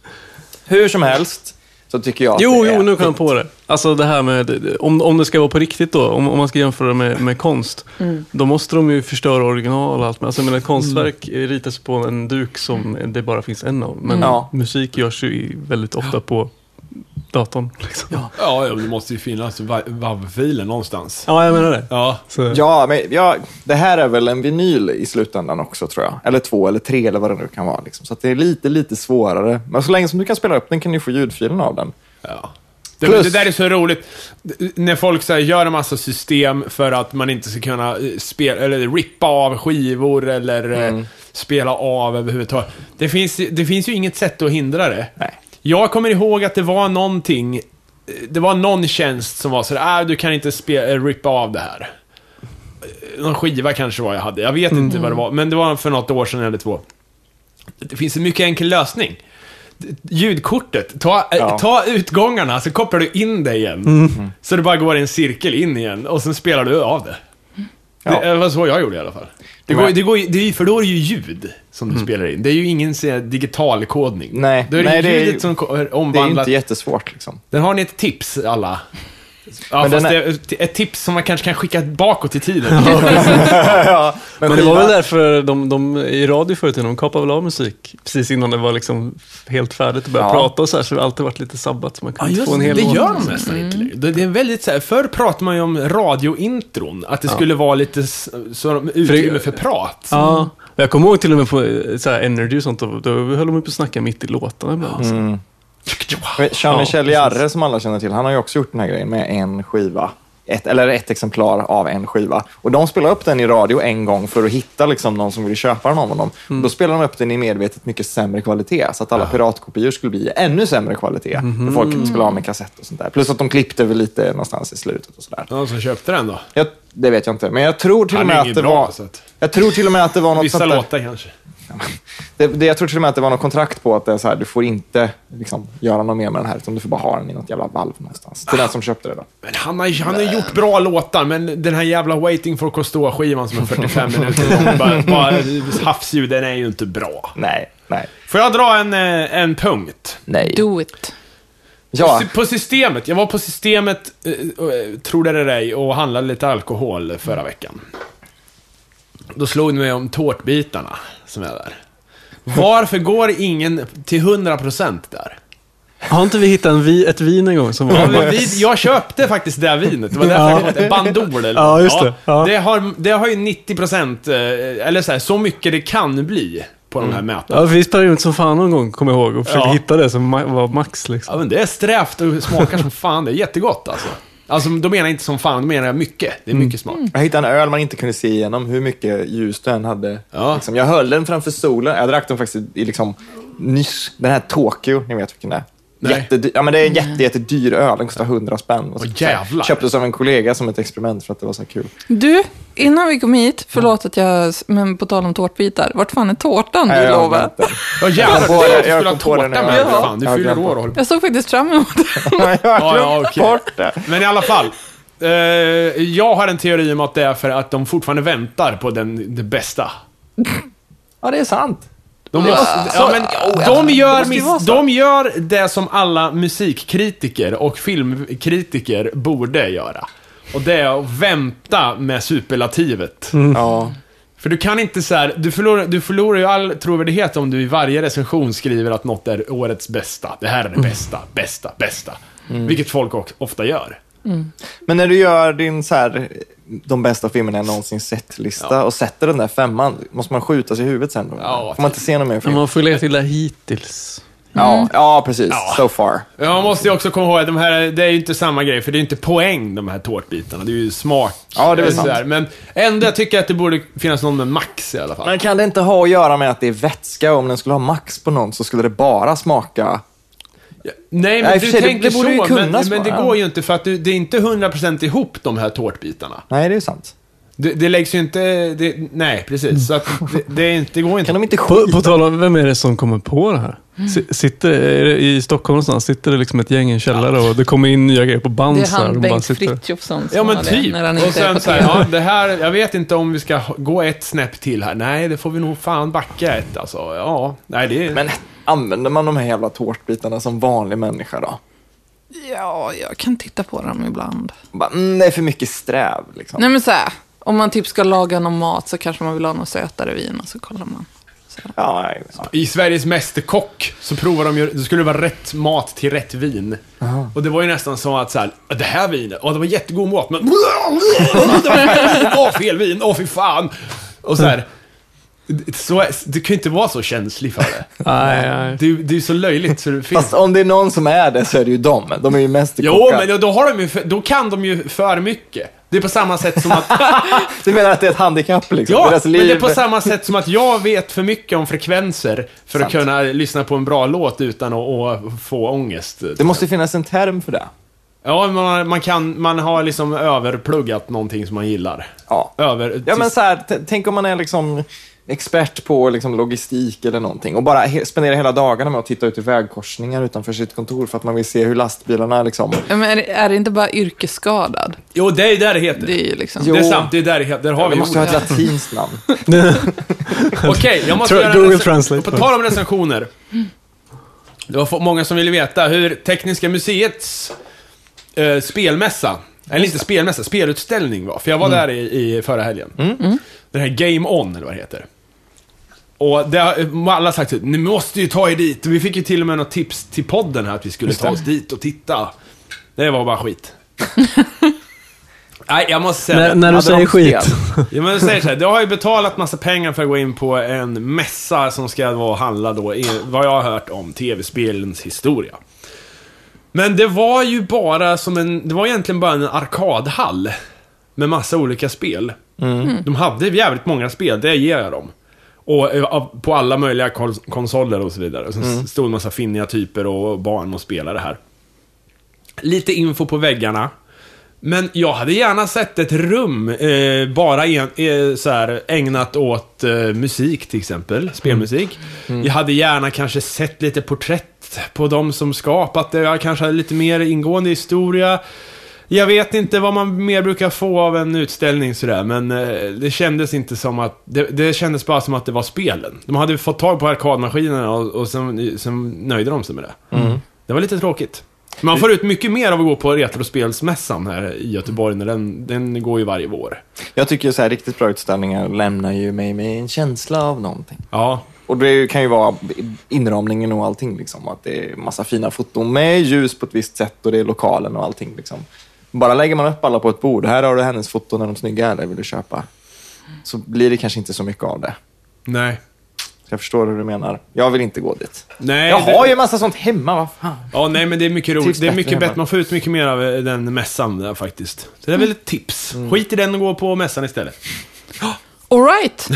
Speaker 1: Hur som helst så tycker jag att
Speaker 4: Jo,
Speaker 1: det är
Speaker 4: jo, nu kom jag
Speaker 1: fint.
Speaker 4: på det. Alltså det här med, om, om det ska vara på riktigt då, om, om man ska jämföra med, med konst, mm. då måste de ju förstöra original och allt. Alltså, men ett konstverk mm. ritas på en duk som det bara finns en av. Men
Speaker 1: Mm. Ja.
Speaker 4: musik görs ju väldigt ofta på datorn. Liksom. Ja.
Speaker 2: Ja, ja, det måste ju finnas W A V-filer någonstans.
Speaker 4: ja, jag menar det.
Speaker 2: Ja.
Speaker 4: Så.
Speaker 1: Ja, men ja, det här är väl en vinyl i slutändan också, tror jag. Eller två eller tre, eller vad det nu kan vara. Liksom. Så att det är lite, lite svårare. Men så länge som du kan spela upp den kan du få ljudfilen av den.
Speaker 2: Ja. Det,
Speaker 1: Plus-
Speaker 2: det där är så roligt. När folk så här, gör en massa system för att man inte ska kunna eh, spela, eller rippa av skivor eller mm. eh, spela av överhuvudtaget. Det finns, det finns ju inget sätt att hindra det.
Speaker 1: Nej.
Speaker 2: Jag kommer ihåg att det var någonting, det var någon tjänst som var så där, äh, du kan inte spela, äh, rippa av det här. Någon skiva kanske var jag hade, jag vet inte mm. vad det var, men det var för något år sedan eller två. Det finns en mycket enkel lösning. Ljudkortet, ta,
Speaker 1: Ja.
Speaker 2: ta utgångarna, så kopplar du in det igen. Mm. Så det bara går i en cirkel in igen, och sen spelar du av det.
Speaker 1: Ja.
Speaker 2: Det var så jag gjorde i alla fall. Det går, det går, det är, för då är det ju ljud som du mm. spelar in. Det är ju ingen så här, digital kodning.
Speaker 1: Nej,
Speaker 2: då är det
Speaker 1: nej,
Speaker 2: ljudet
Speaker 1: det är,
Speaker 2: som
Speaker 1: det
Speaker 2: omvandlar.
Speaker 1: är inte jättesvårt liksom.
Speaker 2: Den har ni ett tips, alla. Ja,
Speaker 1: Men
Speaker 2: fast
Speaker 1: den
Speaker 2: det
Speaker 1: är-
Speaker 2: är ett tips som man kanske kan skicka bakåt i tiden.
Speaker 1: ja,
Speaker 4: Men det var väl därför de, de i radio förut, de kapade väl av musik precis innan det var liksom helt färdigt att börja
Speaker 1: Ja.
Speaker 4: prata och så här, så det har alltid varit lite sabbat så man kan
Speaker 2: Ja,
Speaker 4: inte
Speaker 2: just
Speaker 4: få en
Speaker 2: det,
Speaker 4: hel
Speaker 2: det
Speaker 4: låt.
Speaker 2: gör de nästan inte längre. Det det är väldigt så här, förr pratade man ju om radiointron, att det skulle vara lite s- så de utrymme för prat.
Speaker 4: Ja, jag kommer ihåg till och med på eh, så här Energy och sånt, då, då höll de upp och snacka mitt i låtarna ibland.
Speaker 1: Mm. Jean-Michel Jarre, som alla känner till, han har ju också gjort den här grejen med en skiva. Ett, eller ett exemplar av en skiva. Och de spelar upp den i radio en gång för att hitta liksom någon som vill köpa den av honom. Mm. Då spelar de upp den i medvetet mycket sämre kvalitet. Så att alla piratkopior skulle bli ännu sämre kvalitet. Mm. För folk inte skulle ha med kassett och sånt där. Plus att de klippte väl lite någonstans i slutet och sådär.
Speaker 2: Ja, som köpte den då?
Speaker 1: Jag, det vet jag inte. Men jag tror till och
Speaker 2: Han
Speaker 1: med
Speaker 2: är
Speaker 1: att
Speaker 2: ingen
Speaker 1: det
Speaker 2: bra,
Speaker 1: var...
Speaker 2: så att-
Speaker 1: Jag tror till och med att det var något
Speaker 2: Vissa
Speaker 1: sånt där.
Speaker 2: låtar kanske.
Speaker 1: Det, det, jag tror till och med att det var något kontrakt på att det är så här, du får inte liksom, göra något mer med den här, utan du får bara ha den i något jävla valv någonstans. Till den som köpte det då.
Speaker 2: Men han har, han har gjort bra låtar, men den här jävla Waiting for Cousteau-skivan som är fyrtiofem minuter lång, bara, bara havsljud, den är ju inte bra.
Speaker 1: Nej, nej,
Speaker 2: Får jag dra en, eh, en punkt?
Speaker 1: nej.
Speaker 3: Do it.
Speaker 1: Ja,
Speaker 2: På systemet, jag var på systemet, eh, eh, tror det eller ej, och handlade lite alkohol förra veckan. Då slog det mig om tårtbitarna som är där. Varför går ingen till hundra procent där?
Speaker 4: Har inte vi hittat en vi, ett vin en gång som var...
Speaker 2: Ja, men vi, jag köpte faktiskt det här vinet. Det var därför jag kom till Bandol eller
Speaker 4: Ja,
Speaker 2: något.
Speaker 4: just det. Ja.
Speaker 2: Det, har, det har ju nittio procent, eller så här, så mycket det kan bli på de här mätarna.
Speaker 4: Ja, vi spelade runt som fan någon gång, kommer jag ihåg, och försökte
Speaker 2: Ja.
Speaker 4: hitta det som ma- var max liksom.
Speaker 2: Ja, men det är strävt och smakar som fan. Det är jättegott alltså. Alltså, då menar jag inte som fan, då menar jag mycket. Det är mycket smak.
Speaker 1: jag hittade en öl man inte kunde se igenom hur mycket ljus den hade.
Speaker 2: Ja.
Speaker 1: Liksom, jag höll den framför solen. Jag drack den faktiskt i liksom, nyss. Den här Tokyo, ni vet vilken det är.
Speaker 2: Nej.
Speaker 1: Jättedy- ja, men det är en jätte, jättedyr öl. Den kostar hundra spänn. Och så,
Speaker 2: Åh, jävlar.
Speaker 1: köptes av en kollega som ett experiment för att det var så här kul.
Speaker 3: Du, innan vi kom hit, förlåt att jag, men på tal om tårtbitar, vart fan är tårtan
Speaker 1: Nej,
Speaker 3: du
Speaker 1: jag har
Speaker 3: lovade?
Speaker 1: glömt den.
Speaker 2: Ja, jävlar,
Speaker 1: Jag kom
Speaker 2: du
Speaker 1: på det-
Speaker 2: skulle
Speaker 1: jag
Speaker 2: ha
Speaker 1: kom på
Speaker 2: tårta
Speaker 1: det
Speaker 2: med
Speaker 1: när
Speaker 2: mig.
Speaker 1: jag-
Speaker 2: Fan, du
Speaker 1: jag har
Speaker 2: fyller
Speaker 1: glömt
Speaker 2: år och håller på.
Speaker 3: Jag såg faktiskt fram emot det.
Speaker 1: Jag har
Speaker 2: Ja,
Speaker 1: glömt
Speaker 2: ja, okej.
Speaker 1: bort det.
Speaker 2: Men i alla fall. Eh, jag har en teori om att det är för att de fortfarande väntar på den, det bästa.
Speaker 1: Ja, det är sant.
Speaker 2: De, måste, ja, men,
Speaker 1: ja,
Speaker 2: de,
Speaker 1: det
Speaker 2: gör,
Speaker 1: måste ju
Speaker 2: mis-
Speaker 1: vara så.
Speaker 2: de gör det som alla musikkritiker och filmkritiker borde göra. Och det är att vänta med superlativet.
Speaker 1: Ja.
Speaker 2: För du kan inte så här, du förlorar, du förlorar ju all trovärdighet om du i varje recension skriver att något är årets bästa. Det här är det bästa, bästa, bästa. Vilket folk också ofta gör.
Speaker 1: Men när du gör din så här, de bästa filmerna jag någonsin sett-lista
Speaker 2: Ja.
Speaker 1: och sätter den där femman, måste man skjuta sig i huvudet sen då?
Speaker 2: Ja,
Speaker 1: Får man inte se någon mer
Speaker 4: Men
Speaker 1: film?
Speaker 4: man får lägga till det hittills.
Speaker 1: Ja, ja precis.
Speaker 2: Ja.
Speaker 1: So far.
Speaker 2: Ja, man måste ju också komma ihåg att de här, det är ju inte samma grej, för det är inte poäng, de här tårtbitarna. Det är ju smak.
Speaker 1: Ja, det är
Speaker 2: så
Speaker 1: sant.
Speaker 2: här. Men ändå, jag tycker att det borde finnas någon med max i alla fall.
Speaker 1: Men kan det inte ha att göra med att det är vätska? Om den skulle ha max på någon så skulle det bara smaka...
Speaker 2: Nej, men
Speaker 1: Nej,
Speaker 2: du
Speaker 1: för sig, det-
Speaker 2: tänker
Speaker 1: det borde ju
Speaker 2: så,
Speaker 1: kunna
Speaker 2: men, men det
Speaker 1: smaka.
Speaker 2: går ju inte för att du, det är inte hundra procent ihop de här tårtbitarna.
Speaker 1: Nej, det är sant.
Speaker 2: Det, det läggs ju inte, det, nej precis, så att det, det, är inte, det går inte.
Speaker 1: Kan de inte
Speaker 4: På,
Speaker 1: skita?
Speaker 4: på tal om, vem är det som kommer på det här? S- Sitter, är det i Stockholm någonstans, sitter det liksom ett gäng i en källare och det kommer in nya grejer på band
Speaker 3: Det är
Speaker 4: så här,
Speaker 3: han
Speaker 4: och de bara
Speaker 3: Bengt
Speaker 4: sitter-
Speaker 3: Frithiofsson som
Speaker 2: Ja men
Speaker 3: har det,
Speaker 2: typ,
Speaker 3: när han
Speaker 2: och
Speaker 3: inte är
Speaker 2: sen
Speaker 3: på
Speaker 2: så här,
Speaker 3: T V.
Speaker 2: ja det här, jag vet inte om vi ska gå ett snäpp till här. Nej, det får vi nog fan backa ett alltså. Ja, nej det är...
Speaker 1: Men använder man de här jävla tårtbitarna som vanlig människa då?
Speaker 3: Ja, jag kan titta på dem ibland.
Speaker 1: Bara, mm, det är för mycket sträv liksom.
Speaker 3: Nej men så här, om man typ ska laga någon mat så kanske man vill ha något sötare vin och så kollar man. Så här.
Speaker 1: Ja, nej, ja.
Speaker 2: I Sveriges Mästerkock så provar de ju, det skulle vara rätt mat till rätt vin.
Speaker 1: Aha.
Speaker 2: Och det var ju nästan så att så här, det här vinet, åh det var jättegod mat, men åh fel vin, åh fy fan. Och så här, så, det kan ju inte vara så känslig för det.
Speaker 4: Nej, nej.
Speaker 2: Det, är- det är ju så löjligt så det finns.
Speaker 1: Fast om det är någon som är det så är det ju de. De är ju mest
Speaker 2: Jo, men då, har de ju, för- då kan de ju för mycket. Det är på samma sätt som att...
Speaker 1: Du menar att det är ett handikapp liksom?
Speaker 2: Ja,
Speaker 1: Deras
Speaker 2: men
Speaker 1: liv...
Speaker 2: det är på samma sätt som att jag vet för mycket om frekvenser för
Speaker 1: Sant.
Speaker 2: att kunna lyssna på en bra låt utan att, att få ångest.
Speaker 1: Det måste finnas en term för det.
Speaker 2: Ja, man, man kan, man har liksom överpluggat någonting som man gillar.
Speaker 1: Ja.
Speaker 2: Över...
Speaker 1: Ja, men så här, t- tänk om man är liksom expert på liksom logistik eller någonting och bara he- spenderar hela dagarna med att titta ut i vägkorsningar utanför sitt kontor för att man vill se hur lastbilarna liksom...
Speaker 3: Ja, men är, det, är det inte bara yrkesskadad?
Speaker 2: Jo, det är ju där det heter.
Speaker 3: Det är ju liksom...
Speaker 1: Jo.
Speaker 2: Det är sant, det är där det heter. Där har
Speaker 1: Ja,
Speaker 2: vi
Speaker 1: det måste ha
Speaker 2: ordet.
Speaker 1: ett latinskt namn.
Speaker 2: Okej, jag måste
Speaker 4: Tra-
Speaker 2: göra
Speaker 4: Google
Speaker 2: en rec-
Speaker 4: Translate.
Speaker 2: På tal om recensioner. Det var få- många som ville veta hur Tekniska museets eh, spelmässa, eller inte spelmässa, spelutställning var. För jag var där i, i förra helgen. Den här Game On, eller vad det heter. Och det har alla sagt att ni måste ju ta er dit. Och vi fick ju till och med något tips till podden här att vi skulle ta oss dit och titta. Det var bara skit. Nej, jag måste säga
Speaker 4: När,
Speaker 2: det.
Speaker 4: när du
Speaker 1: Hade
Speaker 4: säger
Speaker 1: de
Speaker 4: skit.
Speaker 1: spel?
Speaker 2: Ja, men jag säger så här, jag har ju betalat massa pengar för att gå in på en mässa som ska vara och handla då, i, vad jag har hört om tv-spelens historia. Men det var ju bara som en, det var egentligen bara en arkadhall med massa olika spel.
Speaker 1: Mm.
Speaker 2: De hade jävligt många spel, det ger jag dem. Och eh, av- på alla möjliga kol- konsoler och så vidare. Och så
Speaker 1: Mm.
Speaker 2: stod en massa finniga typer och barn och spelade här. Lite info på väggarna. Men jag hade gärna sett ett rum eh, bara en, eh, så här, ägnat åt eh, musik till exempel, spelmusik. Jag hade gärna kanske sett lite porträtt på de som skapat det. Jag kanske hade lite mer ingående historia. Jag vet inte vad man mer brukar få av en utställning sådär, men eh, det kändes inte som att det, det kändes bara som att det var spelen. De hade fått tag på arkadmaskinerna och, och sen, sen nöjde de sig med det. Det var lite tråkigt. Man får ut mycket mer av att gå på retrospelsmässan här i Göteborg, när den, den går ju varje vår.
Speaker 1: Jag tycker så här riktigt bra utställningar lämnar ju mig med en känsla av någonting.
Speaker 2: Ja,
Speaker 1: Och det kan ju vara inramningen och allting liksom. Att det är massa fina foton med ljus på ett visst sätt och det är lokalen och allting liksom. Bara lägger man upp alla på ett bord. Här har du hennes foton när de snygga eller vill du köpa. Så blir det kanske inte så mycket av det.
Speaker 2: nej.
Speaker 1: Så jag förstår hur du menar. Jag vill inte gå dit.
Speaker 2: nej
Speaker 1: Jag har
Speaker 2: det,
Speaker 1: ju en massa sånt hemma, vad fan.
Speaker 2: Ja, nej, men det är mycket roligt.
Speaker 1: Trivs
Speaker 2: Det är
Speaker 1: bättre
Speaker 2: mycket
Speaker 1: hemma.
Speaker 2: bättre. Man får ut mycket mer av eh, den mässan där faktiskt. Så det är väl ett tips. Skit i den och gå på mässan istället.
Speaker 3: All right.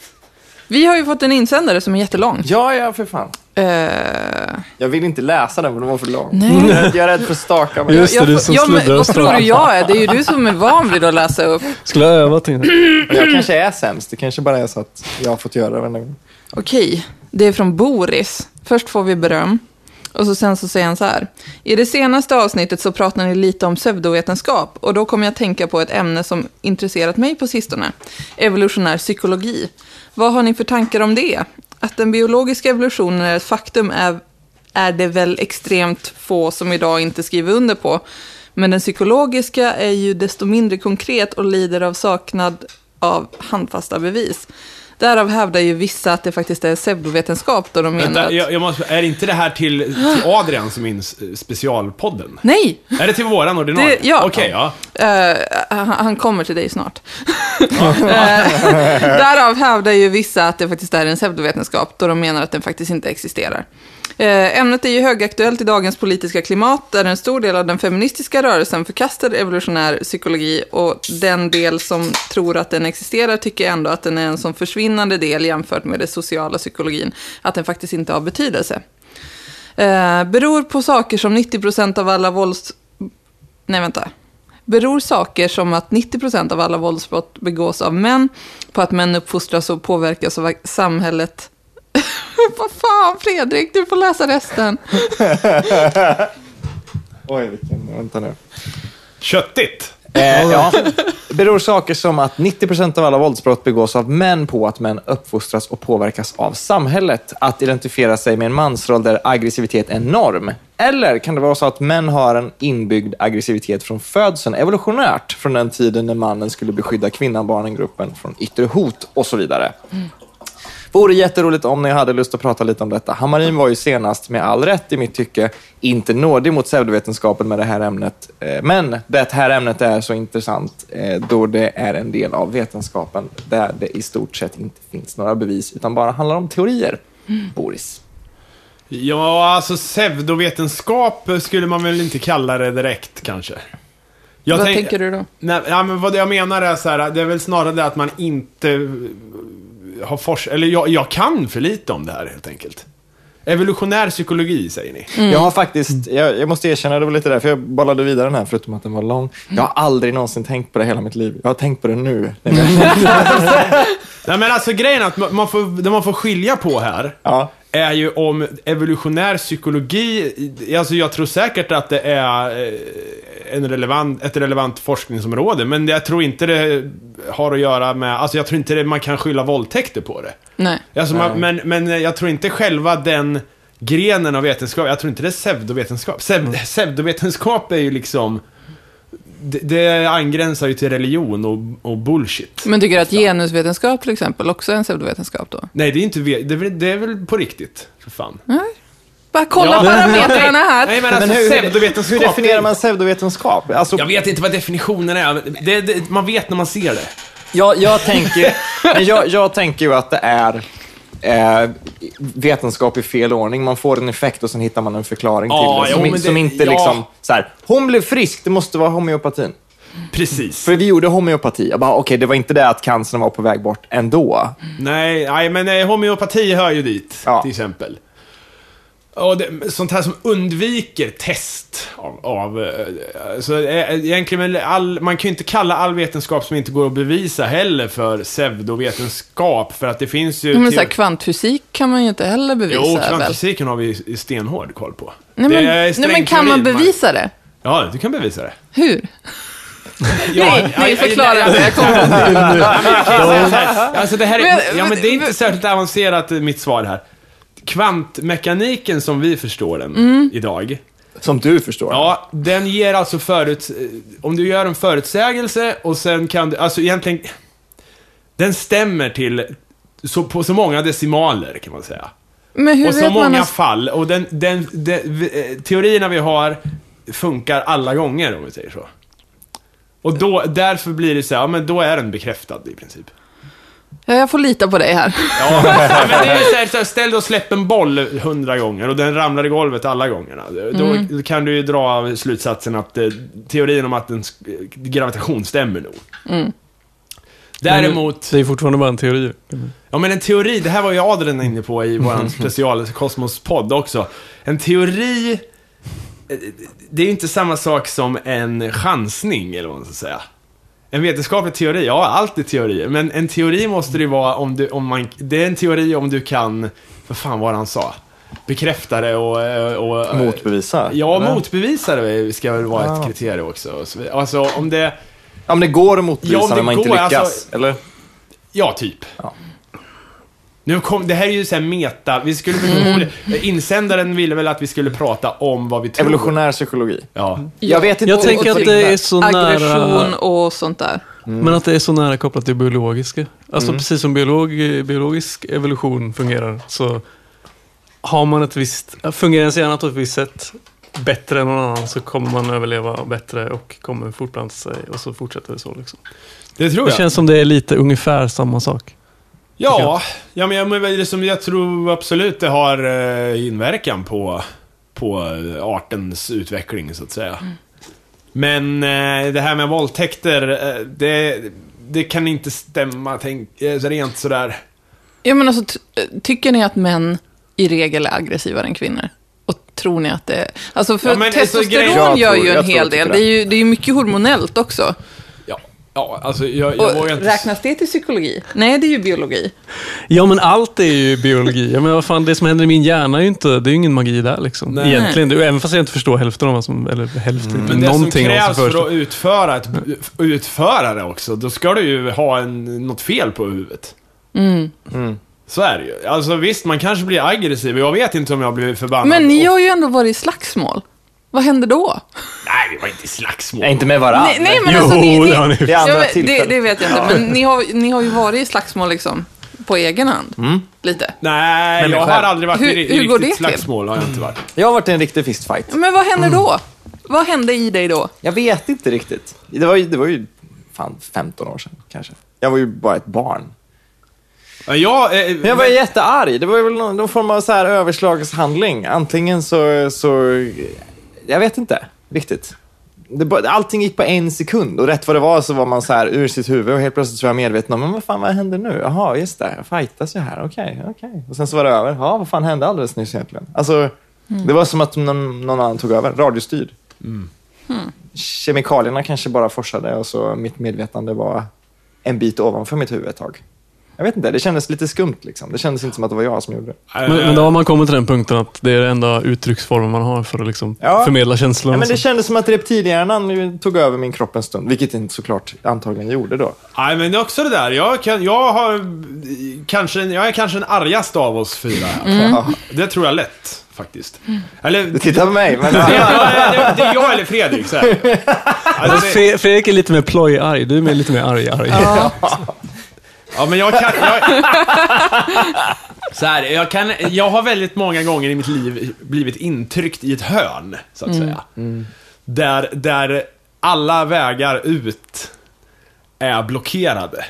Speaker 3: Vi har ju fått en insändare som är jättelång.
Speaker 1: Ja, ja, för fan.
Speaker 3: Eh,
Speaker 1: Jag vill inte läsa den för den var för lång.
Speaker 3: nej.
Speaker 1: Jag är rädd för att staka mig.
Speaker 4: Just det,
Speaker 3: Jag-
Speaker 4: du som
Speaker 3: ja, men
Speaker 4: sluddrar och
Speaker 3: vad tror
Speaker 4: strar.
Speaker 3: du jag är? Det är ju du som är van vid att läsa upp.
Speaker 4: Skulle jag öva till det?
Speaker 1: Jag kanske är sämst. Det kanske bara är så att jag har fått göra det varenda gång.
Speaker 3: Okej, det är från Boris. Först får vi beröm. Och så sen så säger han så här. I det senaste avsnittet så pratar ni lite om pseudovetenskap. Och då kommer jag tänka på ett ämne som intresserat mig på sistone. Evolutionär psykologi. Vad har ni för tankar om det? Att den biologiska evolutionen är ett faktum är, är det väl extremt få som idag inte skriver under på. Men den psykologiska är ju desto mindre konkret och lider av saknad av handfasta bevis. Därav hävdar ju vissa att det faktiskt är pseudovetenskap då de menar
Speaker 2: Vänta,
Speaker 3: att...
Speaker 2: jag, jag måste, är inte det här till, till Adrian som är in specialpodden?
Speaker 3: Nej!
Speaker 2: Är det till våran ordinarie?
Speaker 3: Det- ja.
Speaker 2: Okej, ja.
Speaker 3: Eh, han, han kommer till dig snart. Eh, Därav hävdar ju vissa att det faktiskt är en pseudovetenskap då de menar att den faktiskt inte existerar. Eh, ämnet är ju högaktuellt i dagens politiska klimat där en stor del av den feministiska rörelsen förkastar evolutionär psykologi och den del som tror att den existerar tycker ändå att den är en sån försvinnande del jämfört med den sociala psykologin att den faktiskt inte har betydelse. Eh, beror på saker som nittio procent av alla vålds... Nej, vänta. Beror saker som att nittio procent av alla våldsbrott begås av män på att män uppfostras och påverkas av samhället. Vad fan, Fredrik, du får läsa resten.
Speaker 1: Oj, vilken... Vänta nu.
Speaker 2: Köttigt!
Speaker 1: Eh, ja. Beror saker som att nittio procent av alla våldsbrott begås av män på att män uppfostras och påverkas av samhället. Att identifiera sig med en mansroll där aggressivitet är norm. Eller kan det vara så att män har en inbyggd aggressivitet från födseln evolutionärt från den tiden när mannen skulle beskydda kvinnan, barnen, gruppen från yttre hot och så vidare. Mm. Vore jätteroligt om ni hade lust att prata lite om detta. Hammarin var ju senast med all rätt i mitt tycke inte nådig mot pseudovetenskapen med det här ämnet. Men det här ämnet är så intressant då det är en del av vetenskapen där det i stort sett inte finns några bevis utan bara handlar om teorier. Mm. Boris.
Speaker 2: Ja, alltså pseudovetenskap skulle man väl inte kalla det direkt kanske. Jag
Speaker 3: vad
Speaker 2: tänk,
Speaker 3: tänker du då?
Speaker 2: Nej, ja, men vad jag menar är så här, det är väl snarare det att man inte har fors- eller jag, jag kan för lite om det här helt enkelt. Evolutionär psykologi säger ni.
Speaker 1: Mm. Jag har faktiskt, jag, jag måste erkänna det var lite därför jag bollade vidare den här förutom att den var lång. Jag har aldrig någonsin tänkt på det hela mitt liv. Jag har tänkt på det nu.
Speaker 2: Nej, men alltså grejen är att man får, det man får skilja på här
Speaker 1: ja.
Speaker 2: är ju om evolutionär psykologi, alltså jag tror säkert att det är en relevant, ett relevant forskningsområde, men jag tror inte det har att göra med, alltså jag tror inte det, man kan skylla våldtäkter på det.
Speaker 3: Nej.
Speaker 2: Alltså man, men, men jag tror inte själva den grenen av vetenskap, jag tror inte det är pseudovetenskap. Pseudo, pseudovetenskap är ju liksom det, det angränsar ju till religion och, och bullshit.
Speaker 3: Men tycker du att genusvetenskap till exempel också är en pseudovetenskap då?
Speaker 2: Nej, det är inte det är, det är väl på riktigt för fan.
Speaker 3: Nej. Bara kolla
Speaker 2: ja.
Speaker 3: parametrarna här.
Speaker 2: Nej, men alltså,
Speaker 1: men hur,
Speaker 2: pseudovetenskap,
Speaker 1: hur definierar man pseudovetenskap? Alltså,
Speaker 2: jag vet inte vad definitionen är. Det, det, man vet när man ser det.
Speaker 1: Jag, jag, tänker, jag, jag tänker ju att det är eh, vetenskap i fel ordning. Man får en effekt och sen hittar man en förklaring
Speaker 2: ja,
Speaker 1: till det. Som,
Speaker 2: jo, det,
Speaker 1: som inte
Speaker 2: ja. liksom
Speaker 1: så här, hon blev frisk, det måste vara homeopatin.
Speaker 2: Precis.
Speaker 1: För vi gjorde homeopati. Jag bara, okej, okay, det var inte det att cancern var på väg bort ändå.
Speaker 2: Nej, nej men eh, homeopati hör ju dit,
Speaker 1: ja.
Speaker 2: till exempel. Och det, sånt här som undviker test av, av så egentligen all, man kan ju inte kalla all vetenskap som inte går att bevisa heller för pseudovetenskap, för att det finns ju
Speaker 3: men så här, kvantfysik kan man ju inte heller bevisa.
Speaker 2: Jo, kvantfysiken har vi stenhård koll på.
Speaker 3: Nej, men, nej, men kan man bevisa det?
Speaker 2: Ja, du kan bevisa det.
Speaker 3: Hur?
Speaker 2: Ja,
Speaker 3: nej, nej, förklara det. Jag
Speaker 2: kommer alltså det här är, ja, men det är inte särskilt avancerat mitt svar här. Kvantmekaniken som vi förstår den mm. idag.
Speaker 1: Som du förstår den.
Speaker 2: Ja, den ger alltså förut... Om du gör en förutsägelse och sen kan du... Alltså egentligen... Den stämmer till så, på så många decimaler kan man säga.
Speaker 3: Men hur
Speaker 2: och så
Speaker 3: vet
Speaker 2: många
Speaker 3: man att...
Speaker 2: fall. Och den, den, den, teorierna vi har funkar alla gånger om vi säger så. Och då, därför blir det så här, ja, men då är den bekräftad i princip.
Speaker 3: Ja, jag får lita på dig här.
Speaker 2: Ja, men det är så här, så här, ställ dig och släpp en boll hundra gånger och den ramlar i golvet alla gångerna. Då mm. kan du ju dra slutsatsen att eh, teorin om att en gravitation stämmer nog. Mm. Däremot...
Speaker 4: Det är fortfarande bara en teori.
Speaker 2: Ja, men en teori, det här var ju Adrian inne på i våran special Kosmos-podd också. En teori, det är ju inte samma sak som en chansning, eller vad man ska säga. En vetenskaplig teori, ja, allt är teorier. Men en teori måste det vara om du, om man, det är en teori om du kan, vad fan var han sa? Bekräfta det och... och
Speaker 1: motbevisa.
Speaker 2: Ja,
Speaker 1: eller?
Speaker 2: Motbevisa det ska väl vara ah. ett kriterium också. Alltså, om det...
Speaker 1: Ja, om det går att motbevisa ja, när man går, inte lyckas, alltså, eller?
Speaker 2: Ja, typ. Ja. Nu kom, det här är ju så här meta. Vi skulle mm. Insändaren ville väl att vi skulle prata om vad vi tror.
Speaker 1: Evolutionär psykologi.
Speaker 2: Ja.
Speaker 1: Jag vet inte.
Speaker 4: Jag tänker att det är så nära
Speaker 3: aggression och sånt där.
Speaker 4: Mm. Men att det är så nära kopplat till biologiska. Alltså mm. precis som biolog, biologisk evolution fungerar, så har man ett visst, fungerar ens hjärna på ett visst sätt bättre än någon annan, så kommer man överleva bättre och kommer fortplanta sig, och så fortsätter det så liksom.
Speaker 2: Det tror
Speaker 4: det
Speaker 2: jag.
Speaker 4: känns som det är lite ungefär samma sak.
Speaker 2: Ja, ja men, men det som jag tror absolut det har eh, inverkan på, på artens utveckling så att säga. Mm. Men eh, det här med våldtäkter, eh, det, det kan inte stämma tänk, eh, rent sådär.
Speaker 3: Ja, men alltså, t- tycker ni att män i regel är aggressivare än kvinnor? Och tror ni att det är... Alltså för
Speaker 2: ja,
Speaker 3: testosteron gör ju en hel del. Det är ju, det är ju mycket hormonellt också.
Speaker 2: Ja, ja alltså jag, jag vågar inte...
Speaker 3: Räknas det till psykologi? Nej, det är ju biologi.
Speaker 4: Ja, men allt är ju biologi. Ja, men vad fan, det som händer i min hjärna är ju inte... Det är ju ingen magi där liksom. Nej. Egentligen. Även fast jag inte förstår hälften av vad som... Eller hälften. Mm.
Speaker 2: Men det som krävs för att utföra, ett, utföra det också, då ska du ju ha en, något fel på huvudet. Mm. Mm. Så är det ju. Alltså visst, man kanske blir aggressiv. Jag vet inte om jag blir förbannad.
Speaker 3: Men ni har ju ändå varit i slagsmål. Vad hände då?
Speaker 2: Nej, vi var inte i slagsmål.
Speaker 1: Nej, inte med varandra.
Speaker 3: Nej, nej men
Speaker 4: jo,
Speaker 3: alltså, ni, ni,
Speaker 4: det, har ni.
Speaker 1: Det, är andra
Speaker 3: ja, men, det, det vet jag inte. Men ni har, ni har ju varit i slagsmål liksom på egen hand. Mm. Lite.
Speaker 2: Nej, men jag har aldrig varit
Speaker 3: hur,
Speaker 2: i, i
Speaker 3: hur går
Speaker 2: riktigt
Speaker 3: det
Speaker 2: slagsmål. Har jag inte varit.
Speaker 1: Jag har varit i en riktig fistfight.
Speaker 3: Men vad hände då? Mm. Vad hände i dig då?
Speaker 1: Jag vet inte riktigt. Det var ju, det var ju fan femton år sedan kanske. Jag var ju bara ett barn.
Speaker 2: Jag, eh,
Speaker 1: men jag var men... jättearg. Det var väl någon, någon form av så här överslagshandling. Antingen så, så... Jag vet inte riktigt. Det, allting gick på en sekund. Och rätt vad det var så var man så här ur sitt huvud. Och helt plötsligt så var jag medveten om, men vad fan, vad händer nu? Jaha, just det. Jag fightas ju här. Okej, okay, okej. Okay. Och sen så var det över. Ja, vad fan hände alldeles nyss egentligen? Alltså, mm. det var som att någon, någon annan tog över. Radiostyrd. Mm. Mm. Kemikalierna kanske bara forsade. Och så mitt medvetande var en bit ovanför mitt huvud ett tag. Jag vet inte, det kändes lite skumt liksom. Det kändes inte som att det var jag som gjorde det.
Speaker 4: Men, men då har man kommit till den punkten att det är den enda uttrycksformen man har för att liksom ja. förmedla känslor.
Speaker 1: Ja, men det kändes som att reptilhjärnan tog över min kropp en stund. Vilket inte såklart antagligen gjorde då.
Speaker 2: Nej, men det är också det där. Jag, kan, jag, har, kanske, jag är kanske den argaste av oss fyra. Mm. Det tror jag lätt, faktiskt. Eller,
Speaker 1: du tittar på mig. Men...
Speaker 2: det, är, det, är, det är jag eller Fredrik. Så här.
Speaker 4: Alltså, det... Fredrik är lite mer ploj-arg. Du är lite mer arg-arg.
Speaker 3: Ja.
Speaker 2: Ja, men jag kan... Jag, så här, jag, kan, jag har väldigt många gånger i mitt liv blivit intryckt i ett hörn, så att mm. säga. Mm. Där, där alla vägar ut är blockerade.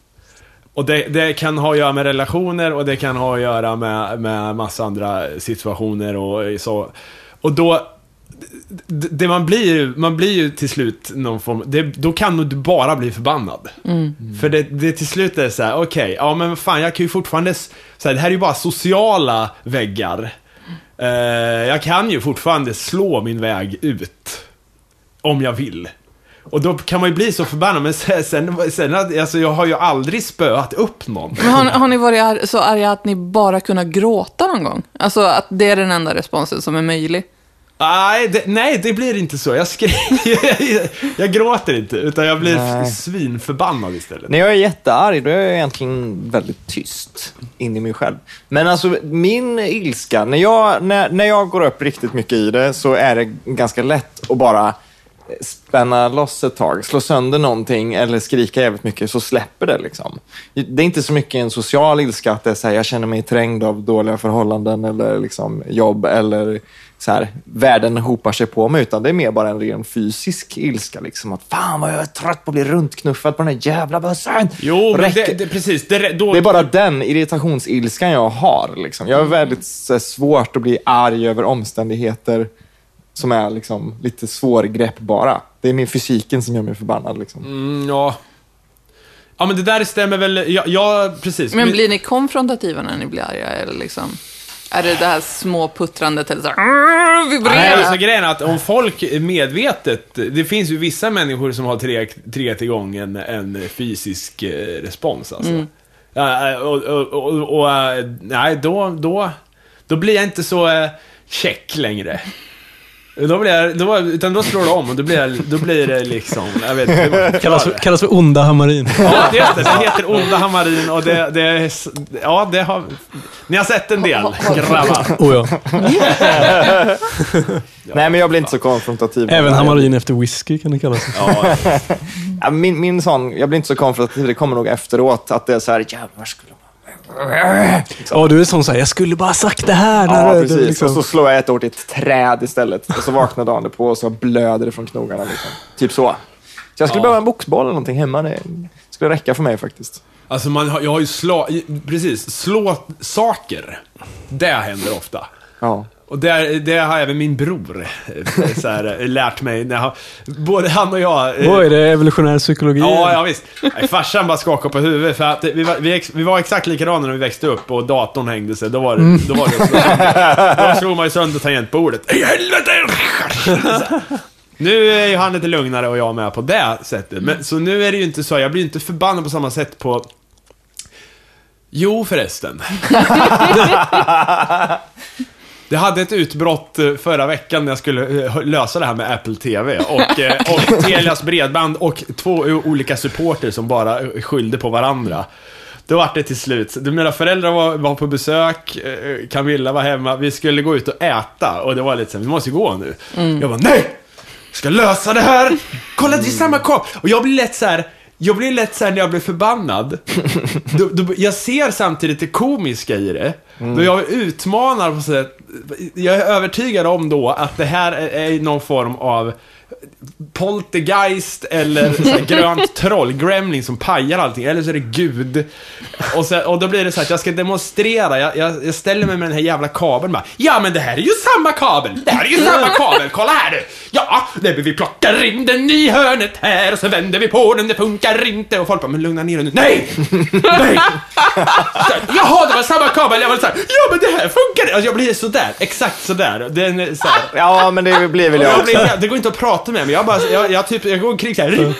Speaker 2: Och det, det kan ha att göra med relationer och det kan ha att göra med, med massa andra situationer och så. Och då... Det, det man blir man blir ju till slut någon form, det, då kan du bara bli förbannad. Mm. För det, det till slut är så här, okej, okay, ja men fan, jag kan ju fortfarande så här, det här är ju bara sociala väggar. Uh, jag kan ju fortfarande slå min väg ut om jag vill. Och då kan man ju bli så förbannad. Men sen, sen, sen alltså, jag har ju aldrig spöat upp någon.
Speaker 3: Men har, har ni varit ar- så arga att ni bara kunnat gråta någon gång? Alltså att det är den enda responsen som är möjlig?
Speaker 2: Nej det, nej, det blir inte så. Jag skriver, jag, jag gråter inte, utan jag blir nej. svinförbannad istället.
Speaker 1: När jag är jättearg, då är jag egentligen väldigt tyst in i mig själv. Men alltså, min ilska, när jag, när, när jag går upp riktigt mycket i det, så är det ganska lätt att bara spänna loss ett tag, slå sönder någonting eller skrika jävligt mycket, så släpper det liksom. Det är inte så mycket en social ilska att det är så här, jag känner mig trängd av dåliga förhållanden eller liksom jobb eller så här, världen hopar sig på mig, utan det är mer bara en ren fysisk ilska liksom, att fan vad jag är trött på att bli runtknuffad på den här jävla bussen.
Speaker 2: Jo, men det, det, precis. Det, då...
Speaker 1: det är bara den irritationsilskan jag har liksom. Jag är väldigt så, svårt att bli arg över omständigheter som är liksom lite svårgreppbara. Det är min fysiken som gör mig förbannad liksom.
Speaker 2: Mm, ja. Ja, men det där stämmer väl. Ja, ja precis.
Speaker 3: Men blir ni konfrontativa när ni blir arga eller liksom? Är det det här små puttrandet eller så här, vibrerar?
Speaker 2: Nej, alltså grejen är att om folk är medvetet, det finns ju vissa människor som har tre, tre till gång en, en fysisk eh, respons alltså. Mm. Ja, och, och, och, och nej, då, då, då blir jag inte så eh, check längre. Då blir jag, då, utan då slår det om och då blir, då blir det liksom, jag vet inte.
Speaker 4: Kallas, kallas för onda hamarin.
Speaker 2: Ja, det är det. Det heter onda hamarin och det, det är, ja, det har, ni har sett en del, grabbar.
Speaker 4: Oh ja.
Speaker 1: Nej, men jag blir inte så konfrontativ.
Speaker 4: Även hamarin efter whisky kan det kallas.
Speaker 2: Ja.
Speaker 1: Ja, min, min sån, jag blir inte så konfrontativ, det kommer nog efteråt att det är så här, jävlar skulle
Speaker 4: Ja, oh, du är sån så här, jag skulle bara sagt det här.
Speaker 1: Ja, det, precis. Det liksom... Och så slår jag ett år till ett träd istället. Och så vaknar dagen på och så blöder det från knogarna. Liksom. Typ så. Så jag skulle ja. behöva en boxboll eller någonting hemma. Det skulle räcka för mig faktiskt.
Speaker 2: Alltså man har, jag har ju slå, precis, slå saker. Det händer ofta.
Speaker 1: Ja.
Speaker 2: Och det, det har även min bror så här, lärt mig. När jag, både han och jag...
Speaker 4: Vad är det? Evolutionär psykologi?
Speaker 2: Ja, ja visst. Nej, farsan bara skakade på huvudet. För att vi, var, vi, vi var exakt likadana när vi växte upp och datorn hängde sig. Då var det, mm. då var det så. Då slog man ju sönder tangentbordet. I helvete! Nu är ju han lite lugnare och jag med på det sättet. Men, så nu är det ju inte så. Jag blir inte förbannad på samma sätt på... Jo, förresten. Det hade ett utbrott förra veckan när jag skulle lösa det här med Apple T V och, och Telias bredband och två olika supporter som bara skyllde på varandra. Då var det till slut. Mina föräldrar var, var på besök, Camilla var hemma, vi skulle gå ut och äta och det var lite så här, vi måste gå nu. Mm. Jag var nej! Jag ska lösa det här! Kolla, det är samma kopp! Och jag blir lätt så här. Jag blir lätt så här när jag blir förbannad. då, då, jag ser samtidigt det komiska i det. Mm. Då jag utmanar på sätt. Jag är övertygad om då att det här är någon form av poltergeist eller så här, grönt troll, gremling som pajar allting, eller så är det Gud. Och, så, och då blir det så att jag ska demonstrera. Jag, jag, jag ställer mig med den här jävla kabeln bara, ja men det här är ju samma kabel. Det här är ju samma kabel, kolla här du. Ja, det vi plockar in den i hörnet här och så vänder vi på den, det funkar inte. Och folk bara, men lugna ner den nu. Nej! Nej! Jaha, det var samma kabel. Jag var så här, ja men det här funkar. Alltså jag blir sådär, exakt sådär. Den är så här.
Speaker 1: Ja, men det blir väl jag, jag
Speaker 2: blir, Det går inte att prata med mig. Jag bara, jag, jag typ, jag går omkring så här.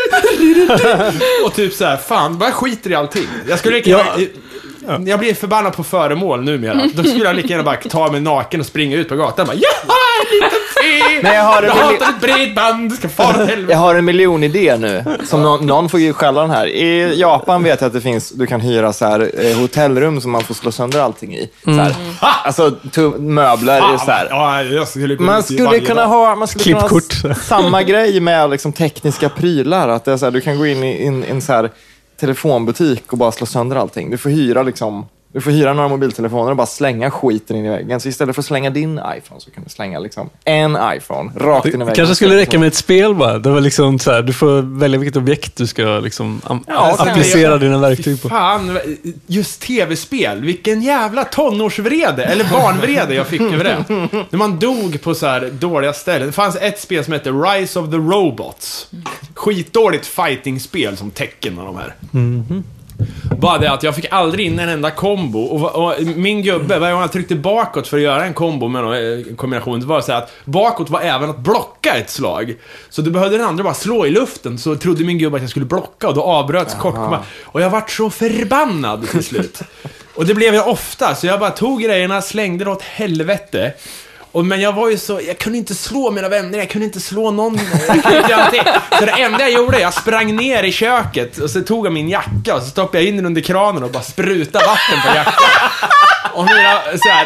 Speaker 2: Och typ så här, fan, bara skiter i allting. Jag skulle lika ja. jag, jag blir förbannad på föremål numera. Då skulle jag lika gärna bara ta mig naken och springa ut på gatan. Bara, ja, en liten fe!
Speaker 1: Men jag har,
Speaker 2: jag har ett bredband. Ska fara till
Speaker 1: jag har en miljon idé nu. Som någon, någon får ju skälla den här. I Japan vet jag att det finns, du kan hyra så här eh, hotellrum som man får slå sönder allting i. Mm. Så här. Alltså tu- möbler ah, så här.
Speaker 2: Ja, jag skulle
Speaker 1: man skulle kunna ha man skulle kunna ha samma grej med liksom tekniska prylar, att det är så här, du kan gå in i en, en så här telefonbutik och bara slå sönder allting. Du får hyra liksom Du får hyra några mobiltelefoner och bara slänga skiten in i väggen. Så istället för att slänga din iPhone så kan du slänga liksom en iPhone rakt in i väggen.
Speaker 4: Kanske skulle räcka med ett spel bara. Det var liksom så här, du får välja vilket objekt du ska liksom am- ja, applicera jag, dina verktyg på.
Speaker 2: Fan, just tv-spel. Vilken jävla tonårsvrede eller barnvrede jag fick över det. När man dog på så här dåliga ställen. Det fanns ett spel som heter Rise of the Robots. Skitdåligt fighting-spel som Tekken och de här. Mm-hmm. Bara det att jag fick aldrig in en enda kombo. Och, och min gubbe, varje gång jag tryckte bakåt för att göra en kombo med en kombination, det var så att bakåt var även att blocka ett slag. Så du behövde den andra bara slå i luften. Så trodde min gubbe att jag skulle blocka, och då avbröts kort. Och jag vart så förbannad till slut. Och det blev jag ofta. Så jag bara tog grejerna, slängde det åt helvete. Och, men jag var ju så, jag kunde inte slå mina vänner, jag kunde inte slå någon, jag kunde inte göra någonting. Så det enda jag gjorde, jag sprang ner i köket och så tog jag min jacka och så stoppade jag in den under kranen och bara sprutade vatten på jackan. Och mina så här,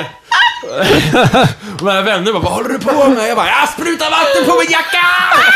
Speaker 2: och mina vänner bara, vad håller du på med? Jag bara, jag sprutar vatten på min jacka!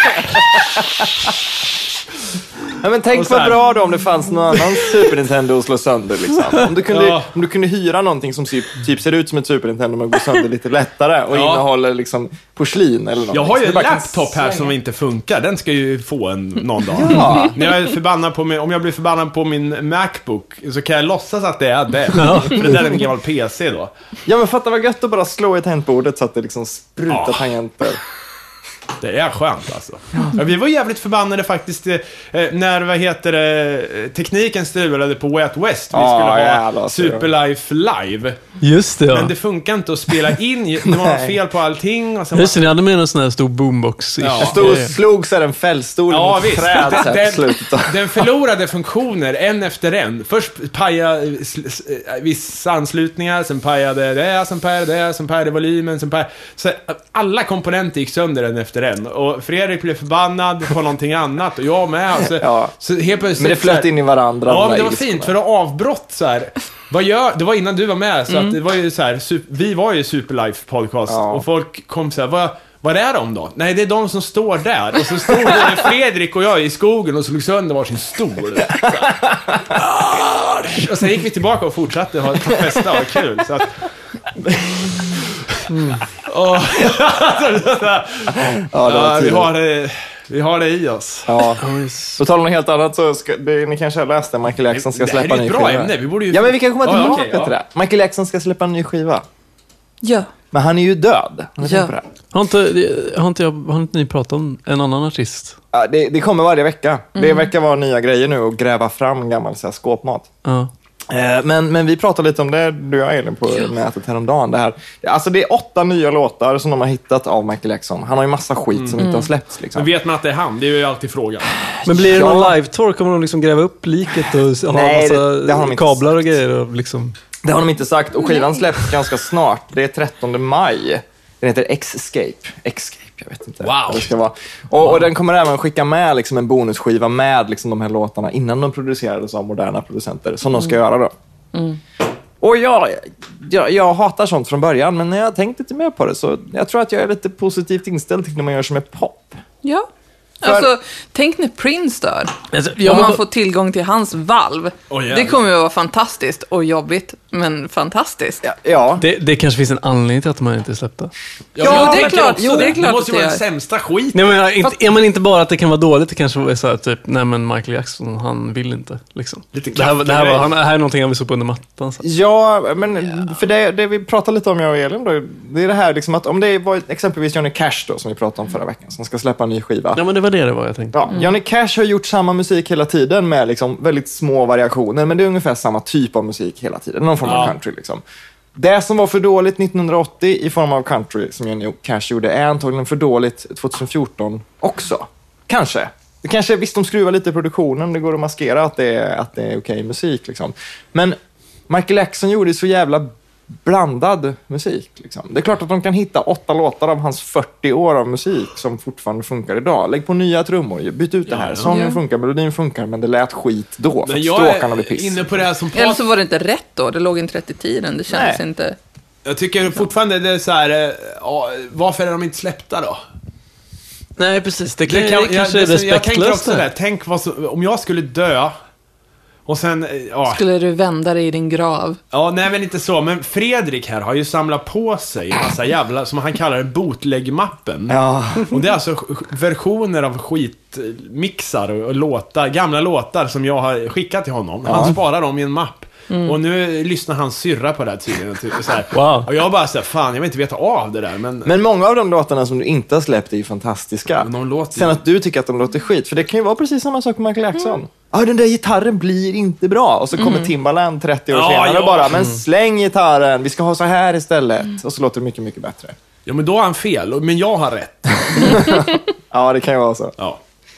Speaker 1: Ja, men tänk vad bra då om det fanns någon annan Super Nintendo att slå sönder liksom. Om du kunde, ja. om du kunde hyra någonting som typ, typ ser ut som ett Super Nintendo men går sönder lite lättare och ja. innehåller liksom porslin eller något.
Speaker 2: Jag har ju en laptop här som inte funkar. Den ska ju få en någon dag. Ja. När jag är förbannad på min, om jag blir förbannad på min MacBook så kan jag låtsas att det är det. Ja. För det där är en gammal P C då.
Speaker 1: Ja, men fatta vad gött att bara slå i tangentbordet så att det liksom sprutar ja. tangenter.
Speaker 2: Det är skönt alltså. Ja, vi var jävligt förbannade faktiskt eh, när, vad heter det, tekniken strulade på Way Out West. Vi
Speaker 1: ah,
Speaker 2: skulle ha
Speaker 1: jävlar,
Speaker 2: Superlife live.
Speaker 4: Just det, ja.
Speaker 2: Men det funkar inte att spela in. Det var fel på allting. Och sen
Speaker 4: just det, ni hade med en sån här stor boombox.
Speaker 1: Ja. Jag stod och slog så här en fällstol
Speaker 2: ja,
Speaker 1: mot träd.
Speaker 2: Den, den, den förlorade funktioner en efter en. Först pajade vissa anslutningar, sen pajade det, sen pajade det, sen pajade volymen, sen pajade... Så alla komponenter gick sönder en efter en. Och Fredrik blev förbannad på någonting annat och jag med. Så,
Speaker 1: ja.
Speaker 2: så helt plötsligt,
Speaker 1: men det flöt in i varandra.
Speaker 2: Ja, men det var fint för att avbrott så här. Vad gör, det var innan du var med så mm. att det var ju så här, vi var ju Superlife podcast ja. och folk kom så här, vad vad är de då? Nej, det är de som står där. Och så stod både Fredrik och jag i skogen och slog sönder varsin stol. Och sen gick vi tillbaka och fortsatte ha festa och kul. Så att... Mm. Och... ja, det var vi har... Vi har det i oss.
Speaker 1: Ja. På tal om något helt annat så ska, det, ni kanske har läst det. Michael Jackson ska släppa en ny skiva.
Speaker 2: Det här är ett bra ämne. Vi borde ju...
Speaker 1: Ja, men vi kan komma tillbaka
Speaker 2: ja, okay, ja.
Speaker 1: till det. Michael Jackson ska släppa en ny skiva.
Speaker 3: Ja.
Speaker 1: Men han är ju död. Har ni
Speaker 3: Ja.
Speaker 1: tänkt på det?
Speaker 4: Har inte, har, inte jag, har inte ni pratat om en annan artist?
Speaker 1: Ja, det, det kommer varje vecka. Mm. Det verkar vara nya grejer nu och gräva fram gammal så här, skåpmat.
Speaker 4: Ja.
Speaker 1: Eh, men, men vi pratade lite om det, du och jag, Elin, på ja. nätet häromdagen. Det här. Alltså det är åtta nya låtar som de har hittat av Michael Jackson. Han har ju massa skit mm. som inte har släppts. Liksom.
Speaker 2: Men vet man att det är han? Det är ju alltid frågan.
Speaker 4: Men blir det
Speaker 1: ja.
Speaker 4: någon live-tour? Kommer de liksom gräva upp liket och ha
Speaker 1: Nej,
Speaker 4: massa
Speaker 1: det, det har de
Speaker 4: kablar och grejer? Och liksom...
Speaker 1: Det har de inte sagt. Och skivan släpps ganska snart. Det är trettonde maj. Den heter Escape. Escape, jag vet inte.
Speaker 2: Wow.
Speaker 1: Det ska vara. Och, och den kommer även skicka med liksom en bonusskiva med liksom de här låtarna innan de producerades av moderna producenter. Som de ska
Speaker 3: Mm.
Speaker 1: göra då. Mm. Och jag, jag, jag hatar sånt från början. Men när jag tänkte lite mer på det så jag tror att jag är lite positivt inställd till när man gör som är pop.
Speaker 3: Ja.
Speaker 1: För...
Speaker 3: Alltså, tänk när Prince dör.
Speaker 4: Alltså,
Speaker 3: om man får tillgång till hans valv.
Speaker 2: Oh, yeah.
Speaker 3: Det kommer ju vara fantastiskt och jobbigt, men fantastiskt.
Speaker 1: Ja. ja.
Speaker 4: Det, det kanske finns en anledning till att man inte släppte.
Speaker 3: Ja, ja det är klart. Jo, det är klart.
Speaker 2: Det måste ju vara
Speaker 3: det
Speaker 2: den sämsta skit.
Speaker 4: Nej, men inte, ja, men inte bara att det kan vara dåligt, det kanske är så här, typ, nej men Michael Jackson, han vill inte. Liksom.
Speaker 2: Lite
Speaker 4: det, här, det, här var, han, det här är någonting han vill så på under mattan. Så.
Speaker 1: Ja, men för det, det vi pratade lite om, jag och Elin, då, det är det här liksom att om det var exempelvis Johnny Cash då, som vi pratade om förra veckan, som ska släppa en ny skiva.
Speaker 4: Ja, men det var det det var jag tänkte.
Speaker 1: Ja, mm. Johnny Cash har gjort samma musik hela tiden med liksom väldigt små variationer, men det är ungefär samma typ av musik hela tiden, någon form av
Speaker 2: ja.
Speaker 1: country liksom. Det som var för dåligt nittonhundraåttio i form av country som Johnny Cash gjorde är antagligen för dåligt tjugohundrafjorton också. Kanske. Det kanske, visst de skruvar lite i produktionen, det går att maskera att det är, att det är okej musik liksom. Men Michael Jackson gjorde så jävla blandad musik liksom. Det är klart att de kan hitta åtta låtar av hans fyrtio år av musik som fortfarande funkar idag. Lägg på nya trummor, byt ut det här. Sången
Speaker 3: ja.
Speaker 1: funkar, melodin funkar, men det lät skit då. För
Speaker 2: Men
Speaker 1: att
Speaker 2: jag
Speaker 1: stråkarna blir
Speaker 2: är
Speaker 1: piss.
Speaker 2: inne på det här som
Speaker 3: Eller så var det inte rätt då. Det låg inte rätt i tiden. Det känns
Speaker 1: Nej.
Speaker 3: inte...
Speaker 2: Jag tycker fortfarande det är så här, eh, ja, varför är de inte släppta då?
Speaker 4: Nej, precis. Det, kan,
Speaker 2: Det
Speaker 4: det,
Speaker 2: kan,
Speaker 4: det kanske
Speaker 2: jag,
Speaker 4: är
Speaker 2: det, jag tänker
Speaker 4: respektlöst.
Speaker 2: också det. Tänk vad så, om jag skulle dö och sen, eh, ja.
Speaker 3: Skulle du vända dig i din grav?
Speaker 2: Ja, nej men inte så. Men Fredrik här har ju samlat på sig en massa jävla, som han kallar det, bootleg-mappen.
Speaker 1: Ja.
Speaker 2: Och det är alltså versioner av skitmixar och, och låtar, gamla låtar som jag har skickat till honom. Han
Speaker 1: Ja.
Speaker 2: sparar dem i en mapp. Mm. Och nu lyssnar han syrra på det här tydligen. Typ, så här.
Speaker 4: Wow.
Speaker 2: Och jag bara säger, fan, jag vill inte veta av det där. Men,
Speaker 1: Men många av de låtarna som du inte har släppt är ju fantastiska.
Speaker 2: Men de låter ju-
Speaker 1: Sen att du tycker att de låter skit. För det kan ju vara precis samma sak med Michael Jackson. Ja, mm. ah, den där gitarren blir inte bra. Och så kommer mm. Timbaland trettio år
Speaker 2: Ja,
Speaker 1: senare
Speaker 2: ja.
Speaker 1: och bara, men släng gitarren, vi ska ha så här istället. Mm. Och så låter det mycket, mycket bättre.
Speaker 2: ja, men då har han fel. Men jag har rätt.
Speaker 1: Ja, det kan ju vara så.
Speaker 2: Ja.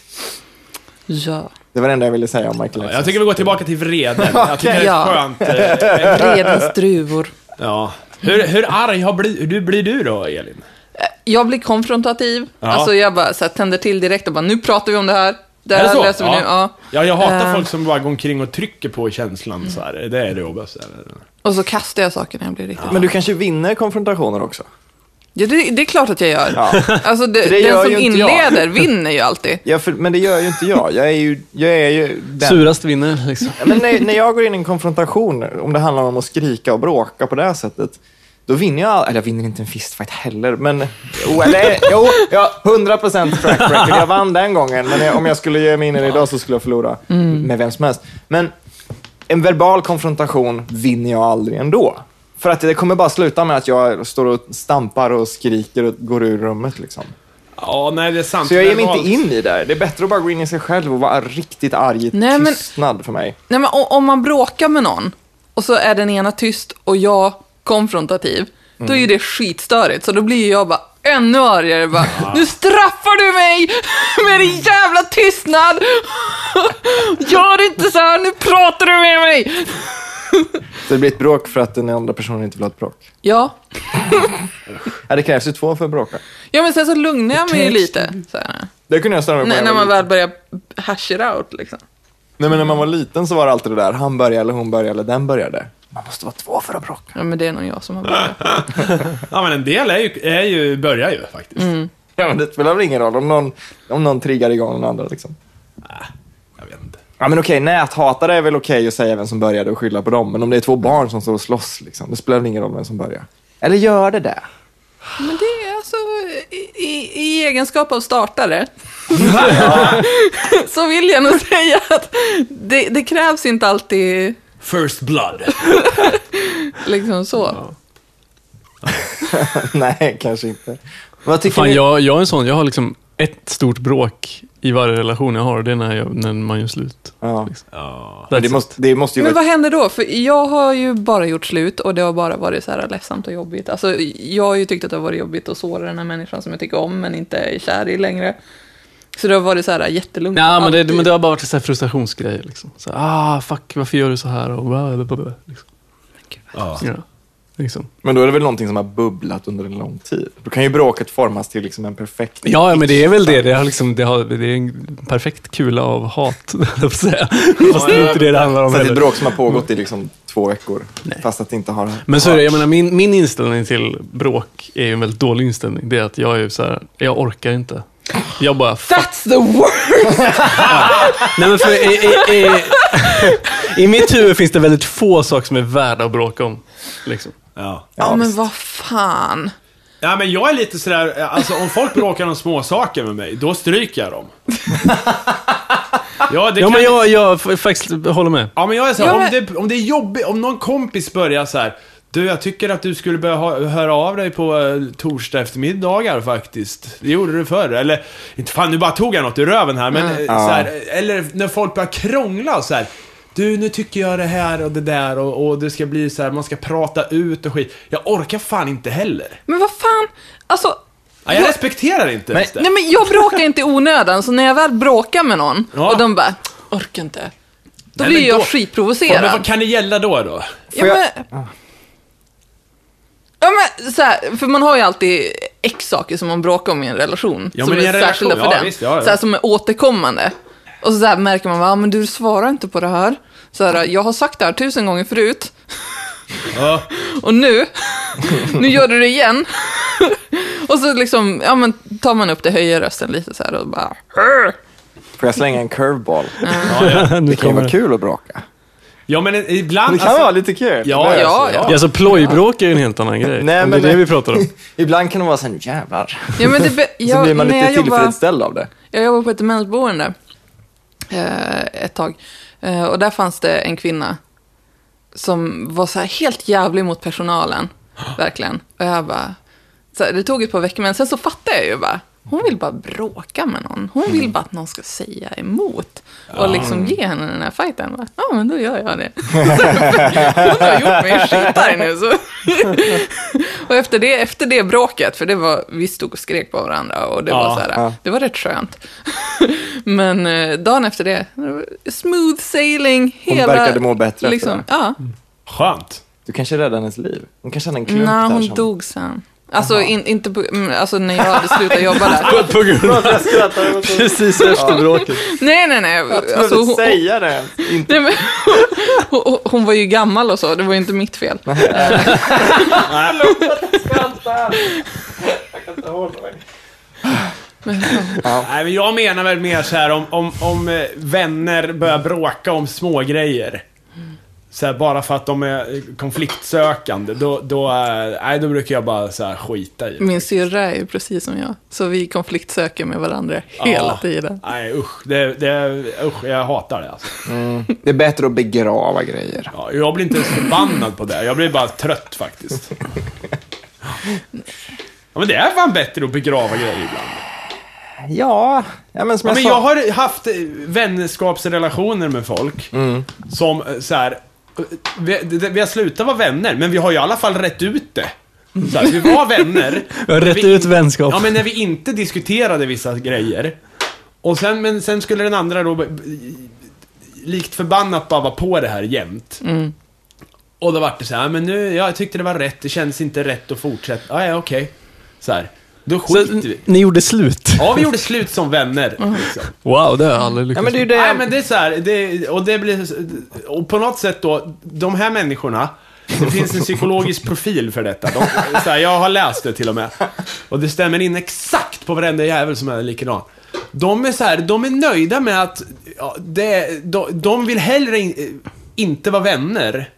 Speaker 3: Ja.
Speaker 1: Det var det enda jag ville säga om Michael Jackson.
Speaker 2: Jag tycker vi går tillbaka till vreden. Jag tycker det är
Speaker 3: Ja.
Speaker 2: skönt. eh,
Speaker 3: Vredens druvor.
Speaker 2: Ja. Hur, hur arg har bli, hur blir du då, Elin?
Speaker 3: Jag blir konfrontativ.
Speaker 2: Ja.
Speaker 3: Alltså jag bara så här, tänder till direkt och bara, nu pratar vi om det här. Det
Speaker 2: Är
Speaker 3: här
Speaker 2: det så?
Speaker 3: läser vi
Speaker 2: Ja.
Speaker 3: nu. Ja.
Speaker 2: Ja, jag hatar
Speaker 3: Eh.
Speaker 2: folk som bara går omkring och trycker på känslan så här. Det är det jobbigaste.
Speaker 3: Och så kastar jag saker när jag blir riktigt...
Speaker 1: Men du kanske vinner konfrontationer också.
Speaker 3: Ja, det, det är klart att jag gör.
Speaker 1: Ja.
Speaker 3: Alltså det,
Speaker 1: Det gör
Speaker 3: den som
Speaker 1: ju inte jag.
Speaker 3: inleder vinner ju alltid.
Speaker 1: Ja, för, men det gör ju inte jag. Jag är ju, jag är ju den.
Speaker 4: Surast vinner, liksom.
Speaker 1: Ja, men när, när jag går in i en konfrontation, om det handlar om att skrika och bråka på det här sättet, då vinner jag, eller jag vinner inte en fistfight heller, men oh, eller, jo, ja, hundra procent track record. Jag vann den gången, men jag, om jag skulle ge mig in i det idag så skulle jag förlora mm. med vem som helst. Men en verbal konfrontation vinner jag aldrig ändå. För att det kommer bara sluta med att jag står och stampar och skriker och går ur rummet liksom.
Speaker 2: Ja, nej, det är sant.
Speaker 1: Så jag ger mig
Speaker 2: Men
Speaker 1: inte in i det. Det är bättre att bara gå in i sig själv och vara riktigt arg i
Speaker 3: Nej, men-
Speaker 1: tystnad för mig.
Speaker 3: Nej, men o- om man bråkar med någon och så är den ena tyst och jag konfrontativ, då är ju det skitstörigt. Så då blir jag bara ännu argare. Bara, nu straffar du mig med din jävla tystnad. Gör inte så här, nu pratar du med mig.
Speaker 1: Så det blir ett bråk för att den andra personen inte vill ha ett bråk.
Speaker 3: Ja.
Speaker 1: Ja, det krävs ju två för att bråka.
Speaker 3: Ja, men sen så lugnar jag mig ju lite. Så här.
Speaker 1: Det kunde jag stanna på.
Speaker 3: När,
Speaker 1: jag
Speaker 3: när
Speaker 1: var
Speaker 3: man
Speaker 1: liten.
Speaker 3: väl börjar hash it out liksom.
Speaker 1: Nej, men när man var liten så var det alltid det där. Han började eller hon började eller den började. Man måste vara två för att bråka.
Speaker 3: Ja, men det är nog jag som har börjat.
Speaker 2: Ja, men en del är ju, är ju börjar ju faktiskt.
Speaker 3: Mm.
Speaker 1: Ja, men det spelar väl ingen roll om någon, om någon triggar igång den andra liksom.
Speaker 2: Jag vet inte.
Speaker 1: Ja, men okej, näthatare är väl okej att säga vem som började och skylla på dem. Men om det är två barn som står och slåss liksom, det spelar väl ingen roll vem som börjar. Eller gör det där?
Speaker 3: Men det är alltså i, i, i egenskap av startare så vill jag nog säga att det, det krävs inte alltid
Speaker 2: First blood.
Speaker 3: liksom så.
Speaker 1: Nej, kanske inte. Vad tycker
Speaker 4: Fan,
Speaker 1: ni?
Speaker 4: jag, jag är en sån, jag har liksom ett stort bråk i varje relation jag har. Det är när, jag, när man gör slut.
Speaker 1: Ja.
Speaker 4: Liksom.
Speaker 2: Ja.
Speaker 1: Men det, måste, det måste ju
Speaker 3: Men
Speaker 1: vara...
Speaker 3: vad händer då? För jag har ju bara gjort slut och det har bara varit så här ledsamt och jobbigt. Alltså, jag har ju tyckt att det har varit jobbigt att såra den här människan som jag tycker om men inte är kär i längre. Så det har varit så här jättelugnt.
Speaker 4: Ja, men det,
Speaker 3: alltid.
Speaker 4: men det har bara varit så här frustrationsgrejer. Liksom. Så, ah, fuck, varför gör du så här? Och bla, bla, bla, bla, liksom.
Speaker 2: Ja.
Speaker 4: Ja, liksom.
Speaker 1: Men då är det väl någonting som har bubblat under en lång tid. Då kan ju bråket formas till liksom en perfekt...
Speaker 4: Ja, men det är väl det. Det, har liksom, det, har, det är en perfekt kula av hat, jag får säga. Fast det är inte det det handlar om
Speaker 1: Så det är ett
Speaker 4: heller.
Speaker 1: bråk som har pågått i liksom två veckor.
Speaker 4: Nej.
Speaker 1: Fast att det inte har...
Speaker 4: Men så är det, jag menar, min, min inställning till bråk är ju en väldigt dålig inställning. Det är att jag är så här, jag orkar inte. Jag bara, fuck.
Speaker 3: That's the worst!
Speaker 4: Nej, men för i, i, i, i mitt huvud finns det väldigt få saker som är värda att bråka om. Liksom.
Speaker 2: Ja.
Speaker 3: Ja,
Speaker 1: Ja,
Speaker 3: men
Speaker 1: visst.
Speaker 3: vad fan.
Speaker 2: Ja, men jag är lite sådär, alltså om folk bråkar om små saker med mig, då stryker jag dem. Ja, det
Speaker 4: Ja,
Speaker 2: kan...
Speaker 4: men jag, jag f- faktiskt håller med.
Speaker 2: Ja, men jag är såhär,
Speaker 3: Ja,
Speaker 2: om,
Speaker 3: men-
Speaker 2: det, om det är jobbigt, om någon kompis börjar så här: du, jag tycker att du skulle börja ha, höra av dig på uh, torsdag eftermiddagar faktiskt. Det gjorde du förr. Eller, inte fan, nu bara tog jag något i röven här. Men,
Speaker 3: Mm.
Speaker 2: eh, så här, eller när folk börjar krångla så här: du, nu tycker jag det här och det där. Och, och det ska bli så här, man ska prata ut och skit. Jag orkar fan inte heller.
Speaker 3: Men vad fan, alltså...
Speaker 2: Ja, jag
Speaker 3: jag-
Speaker 2: respekterar inte ens det.
Speaker 3: Nej, men jag bråkar inte i onödan, så när jag väl bråkar med någon
Speaker 2: Ja.
Speaker 3: och de bara, orkar inte. Då
Speaker 2: Nej,
Speaker 3: blir
Speaker 2: men
Speaker 3: jag
Speaker 2: då-
Speaker 3: skitprovocerad.
Speaker 2: Men vad kan det gälla då då?
Speaker 3: Ja,
Speaker 1: Får jag-
Speaker 3: men, ja, men så här, för man har ju alltid x saker som man bråkar om i en relation.
Speaker 2: Ja,
Speaker 3: som
Speaker 2: men i
Speaker 3: är
Speaker 2: en
Speaker 3: särskilda
Speaker 2: relation,
Speaker 3: för
Speaker 2: ja,
Speaker 3: den.
Speaker 2: visst, ja, ja.
Speaker 3: Så här, som är återkommande. Och så här märker man, va, men du svarar inte på det här. Så här, jag har sagt det här tusen gånger förut.
Speaker 2: Ja.
Speaker 3: Och nu, nu gör du det igen. Och så liksom, ja men tar man upp det, höjer rösten lite så här och bara... "Arr!"
Speaker 1: Får jag slänga en curveball?
Speaker 4: Nu
Speaker 1: Det kan ju
Speaker 4: kommer
Speaker 1: vara
Speaker 4: det.
Speaker 1: kul att bråka.
Speaker 2: Ja, men ibland...
Speaker 1: Det kan
Speaker 2: alltså-
Speaker 1: vara lite kul.
Speaker 2: Ja,
Speaker 1: Det är
Speaker 2: ja,
Speaker 1: så.
Speaker 2: ja.
Speaker 4: Ja, alltså plojbråk är ju en helt annan grej.
Speaker 1: Nej,
Speaker 4: Om
Speaker 1: men
Speaker 4: det är det
Speaker 1: det-
Speaker 4: vi pratar om.
Speaker 1: Ibland kan det vara så här, jävlar.
Speaker 3: Ja, men det be-
Speaker 1: Så
Speaker 3: jag,
Speaker 1: blir man
Speaker 3: när
Speaker 1: lite
Speaker 3: jag jobbar-
Speaker 1: tillfredsställd av det.
Speaker 3: Jag jobbade på ett demensboende eh, ett tag. Eh, och där fanns det en kvinna som var så här helt jävlig mot personalen. Verkligen. Och jag bara... Så här, det tog ett par veckor, men sen så fattade jag ju bara... Hon vill bara bråka med någon. Hon vill bara att någon ska säga emot. Och liksom ge henne den här fighten. Bara, ja, men då gör jag det. Hon har gjort mig skitare nu. Så. Och efter det, efter det bråket, för det var, vi stod och skrek på varandra. Och det
Speaker 2: Ja,
Speaker 3: var så här,
Speaker 1: ja.
Speaker 3: det var rätt skönt. Men eh, dagen efter det, smooth sailing.
Speaker 1: Hon
Speaker 3: Hela,
Speaker 1: verkade må bättre efter
Speaker 3: liksom,
Speaker 1: det.
Speaker 3: ja.
Speaker 2: Skönt.
Speaker 1: Du kanske räddade hennes liv. Hon kanske hade en klump
Speaker 3: Nej,
Speaker 1: där
Speaker 3: hon
Speaker 1: som...
Speaker 3: dog sen. Alltså, in, inte på, mm, alltså när jag hade slutat jobba där.
Speaker 4: På grund av precis efter bråket.
Speaker 3: Nej, nej, nej.
Speaker 1: Jag
Speaker 3: Alltså,
Speaker 1: behövde
Speaker 3: hon,
Speaker 1: säga det. Inte...
Speaker 3: nej men, hon, hon var ju gammal och så, det var ju inte mitt fel. Men, ja.
Speaker 2: Nej, men jag menar väl mer så här om, om, om eh, vänner börjar bråka om små grejer. Så här, bara för att de är konfliktsökande, då, då, eh, nej, då brukar jag bara så här skita i det.
Speaker 3: Min syrra är ju precis som jag, så vi konfliktsöker med varandra hela
Speaker 2: Ja.
Speaker 3: tiden.
Speaker 2: Nej, usch, det, det, usch, jag hatar det alltså.
Speaker 1: Mm. Det är bättre att begrava grejer.
Speaker 2: Ja, jag blir inte ens förbannad på det, jag blir bara trött faktiskt. Ja, men det är fan bättre att begrava grejer ibland.
Speaker 1: Ja, ja men som
Speaker 2: Ja,
Speaker 1: jag
Speaker 2: men
Speaker 1: sa.
Speaker 2: jag har haft eh, vänskapsrelationer med folk
Speaker 1: Mm.
Speaker 2: som eh, så här, eh, vi, det- vi har slutat vara vänner, men vi har ju i alla fall rätt ut det. Så här, vi var vänner.
Speaker 4: Vi har rätt
Speaker 2: vi,
Speaker 4: ut vänskap.
Speaker 2: Ja, men när vi inte diskuterade vissa grejer. Och sen, men sen skulle den andra då b- b- likt förbannat bara vara på det här jämt.
Speaker 3: Mm.
Speaker 2: Och då var det så här, men nu, jag tyckte det var rätt, det känns inte rätt att fortsätta. Ah, ja, okej. Så här. Då
Speaker 4: Så
Speaker 2: skiter vi.
Speaker 4: ni gjorde slut?
Speaker 2: Ja, vi gjorde slut som vänner. Liksom.
Speaker 4: Wow, det har jag aldrig
Speaker 1: Ja,
Speaker 4: lyckats
Speaker 1: men det är ju
Speaker 4: med.
Speaker 1: det.
Speaker 2: Nej, men det är så här, det, och det blir, och på något sätt då, de här människorna, det finns en psykologisk profil för detta. De, så här, jag har läst det till och med. Och det stämmer in exakt på varenda jävel som är likadan. De är så här, de är nöjda med att ja, det, de, de vill hellre in, inte vara vänner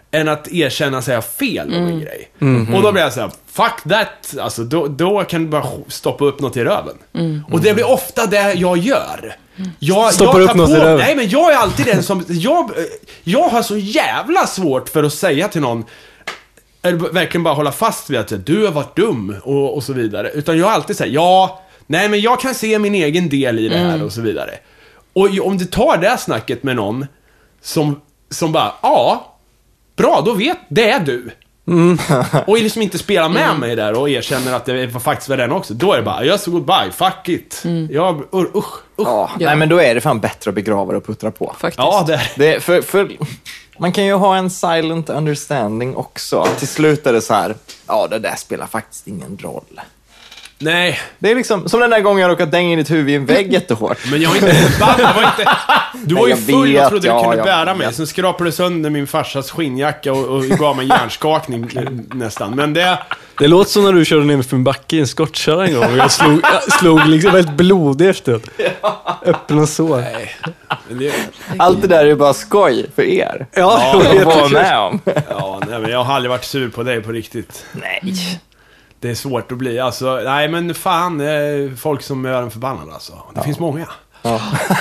Speaker 2: än att erkänna sig ha fel om
Speaker 3: Mm.
Speaker 2: en grej. Mm. Och då blir jag så här, fuck that. Alltså, då, då kan du bara stoppa upp något i röven.
Speaker 3: Mm.
Speaker 2: Och det blir ofta det jag gör. Jag,
Speaker 4: Stoppar
Speaker 2: jag
Speaker 4: upp
Speaker 2: tar
Speaker 4: något
Speaker 2: på,
Speaker 4: i röven.
Speaker 2: Nej, men jag är alltid den som... Jag, jag har så jävla svårt för att säga till någon... Eller verkligen bara hålla fast vid att du har varit dum och, och så vidare. Utan jag har alltid säger ja, nej men jag kan se min egen del i det här och så vidare. Och om du tar det här snacket med någon som, som bara, ja, bra, då vet, det är du. Mm. Och liksom inte spela med mm. mig där och erkänner att det var faktiskt var den också. Då är det bara, jag så goodbye, fuck it. Mm. Jag, usch, usch.
Speaker 1: Ja, ja. Nej, men då är det fan bättre att begrava det och puttra på.
Speaker 3: Faktiskt.
Speaker 2: Ja, det är
Speaker 1: det. För, för man kan ju ha en silent understanding också. Till slut är det så här, ja, det där spelar faktiskt ingen roll.
Speaker 2: Nej.
Speaker 1: Det är liksom, som den där gången jag råkat dänga in ditt huvud i en vägg jättehårt.
Speaker 2: Men jag var inte förbannad, var inte... Du var ju
Speaker 1: Nej,
Speaker 2: full
Speaker 1: vet,
Speaker 2: och trodde
Speaker 1: ja,
Speaker 2: du kunde
Speaker 1: jag
Speaker 2: bära
Speaker 1: vet.
Speaker 2: mig. Sen skrapade du sönder min farsas skinnjacka och, och gav mig en hjärnskakning nästan. Men det...
Speaker 4: Det låter som när du körde ner för en backe i en skottkärra en gång. Och jag slog, jag slog liksom väldigt blodig efteråt. Öppen och så.
Speaker 2: Nej. Men det...
Speaker 1: Allt det där är bara skoj för er.
Speaker 4: Ja,
Speaker 1: Ja,
Speaker 4: jag
Speaker 1: jag var
Speaker 4: vet.
Speaker 1: med om.
Speaker 2: Ja, nej, men jag har aldrig varit sur på dig på riktigt.
Speaker 1: Nej.
Speaker 2: Det är svårt att bli. Alltså, nej men fan, eh, folk som gör en förbannad alltså. Det
Speaker 1: Ja.
Speaker 2: finns många.
Speaker 1: Ja.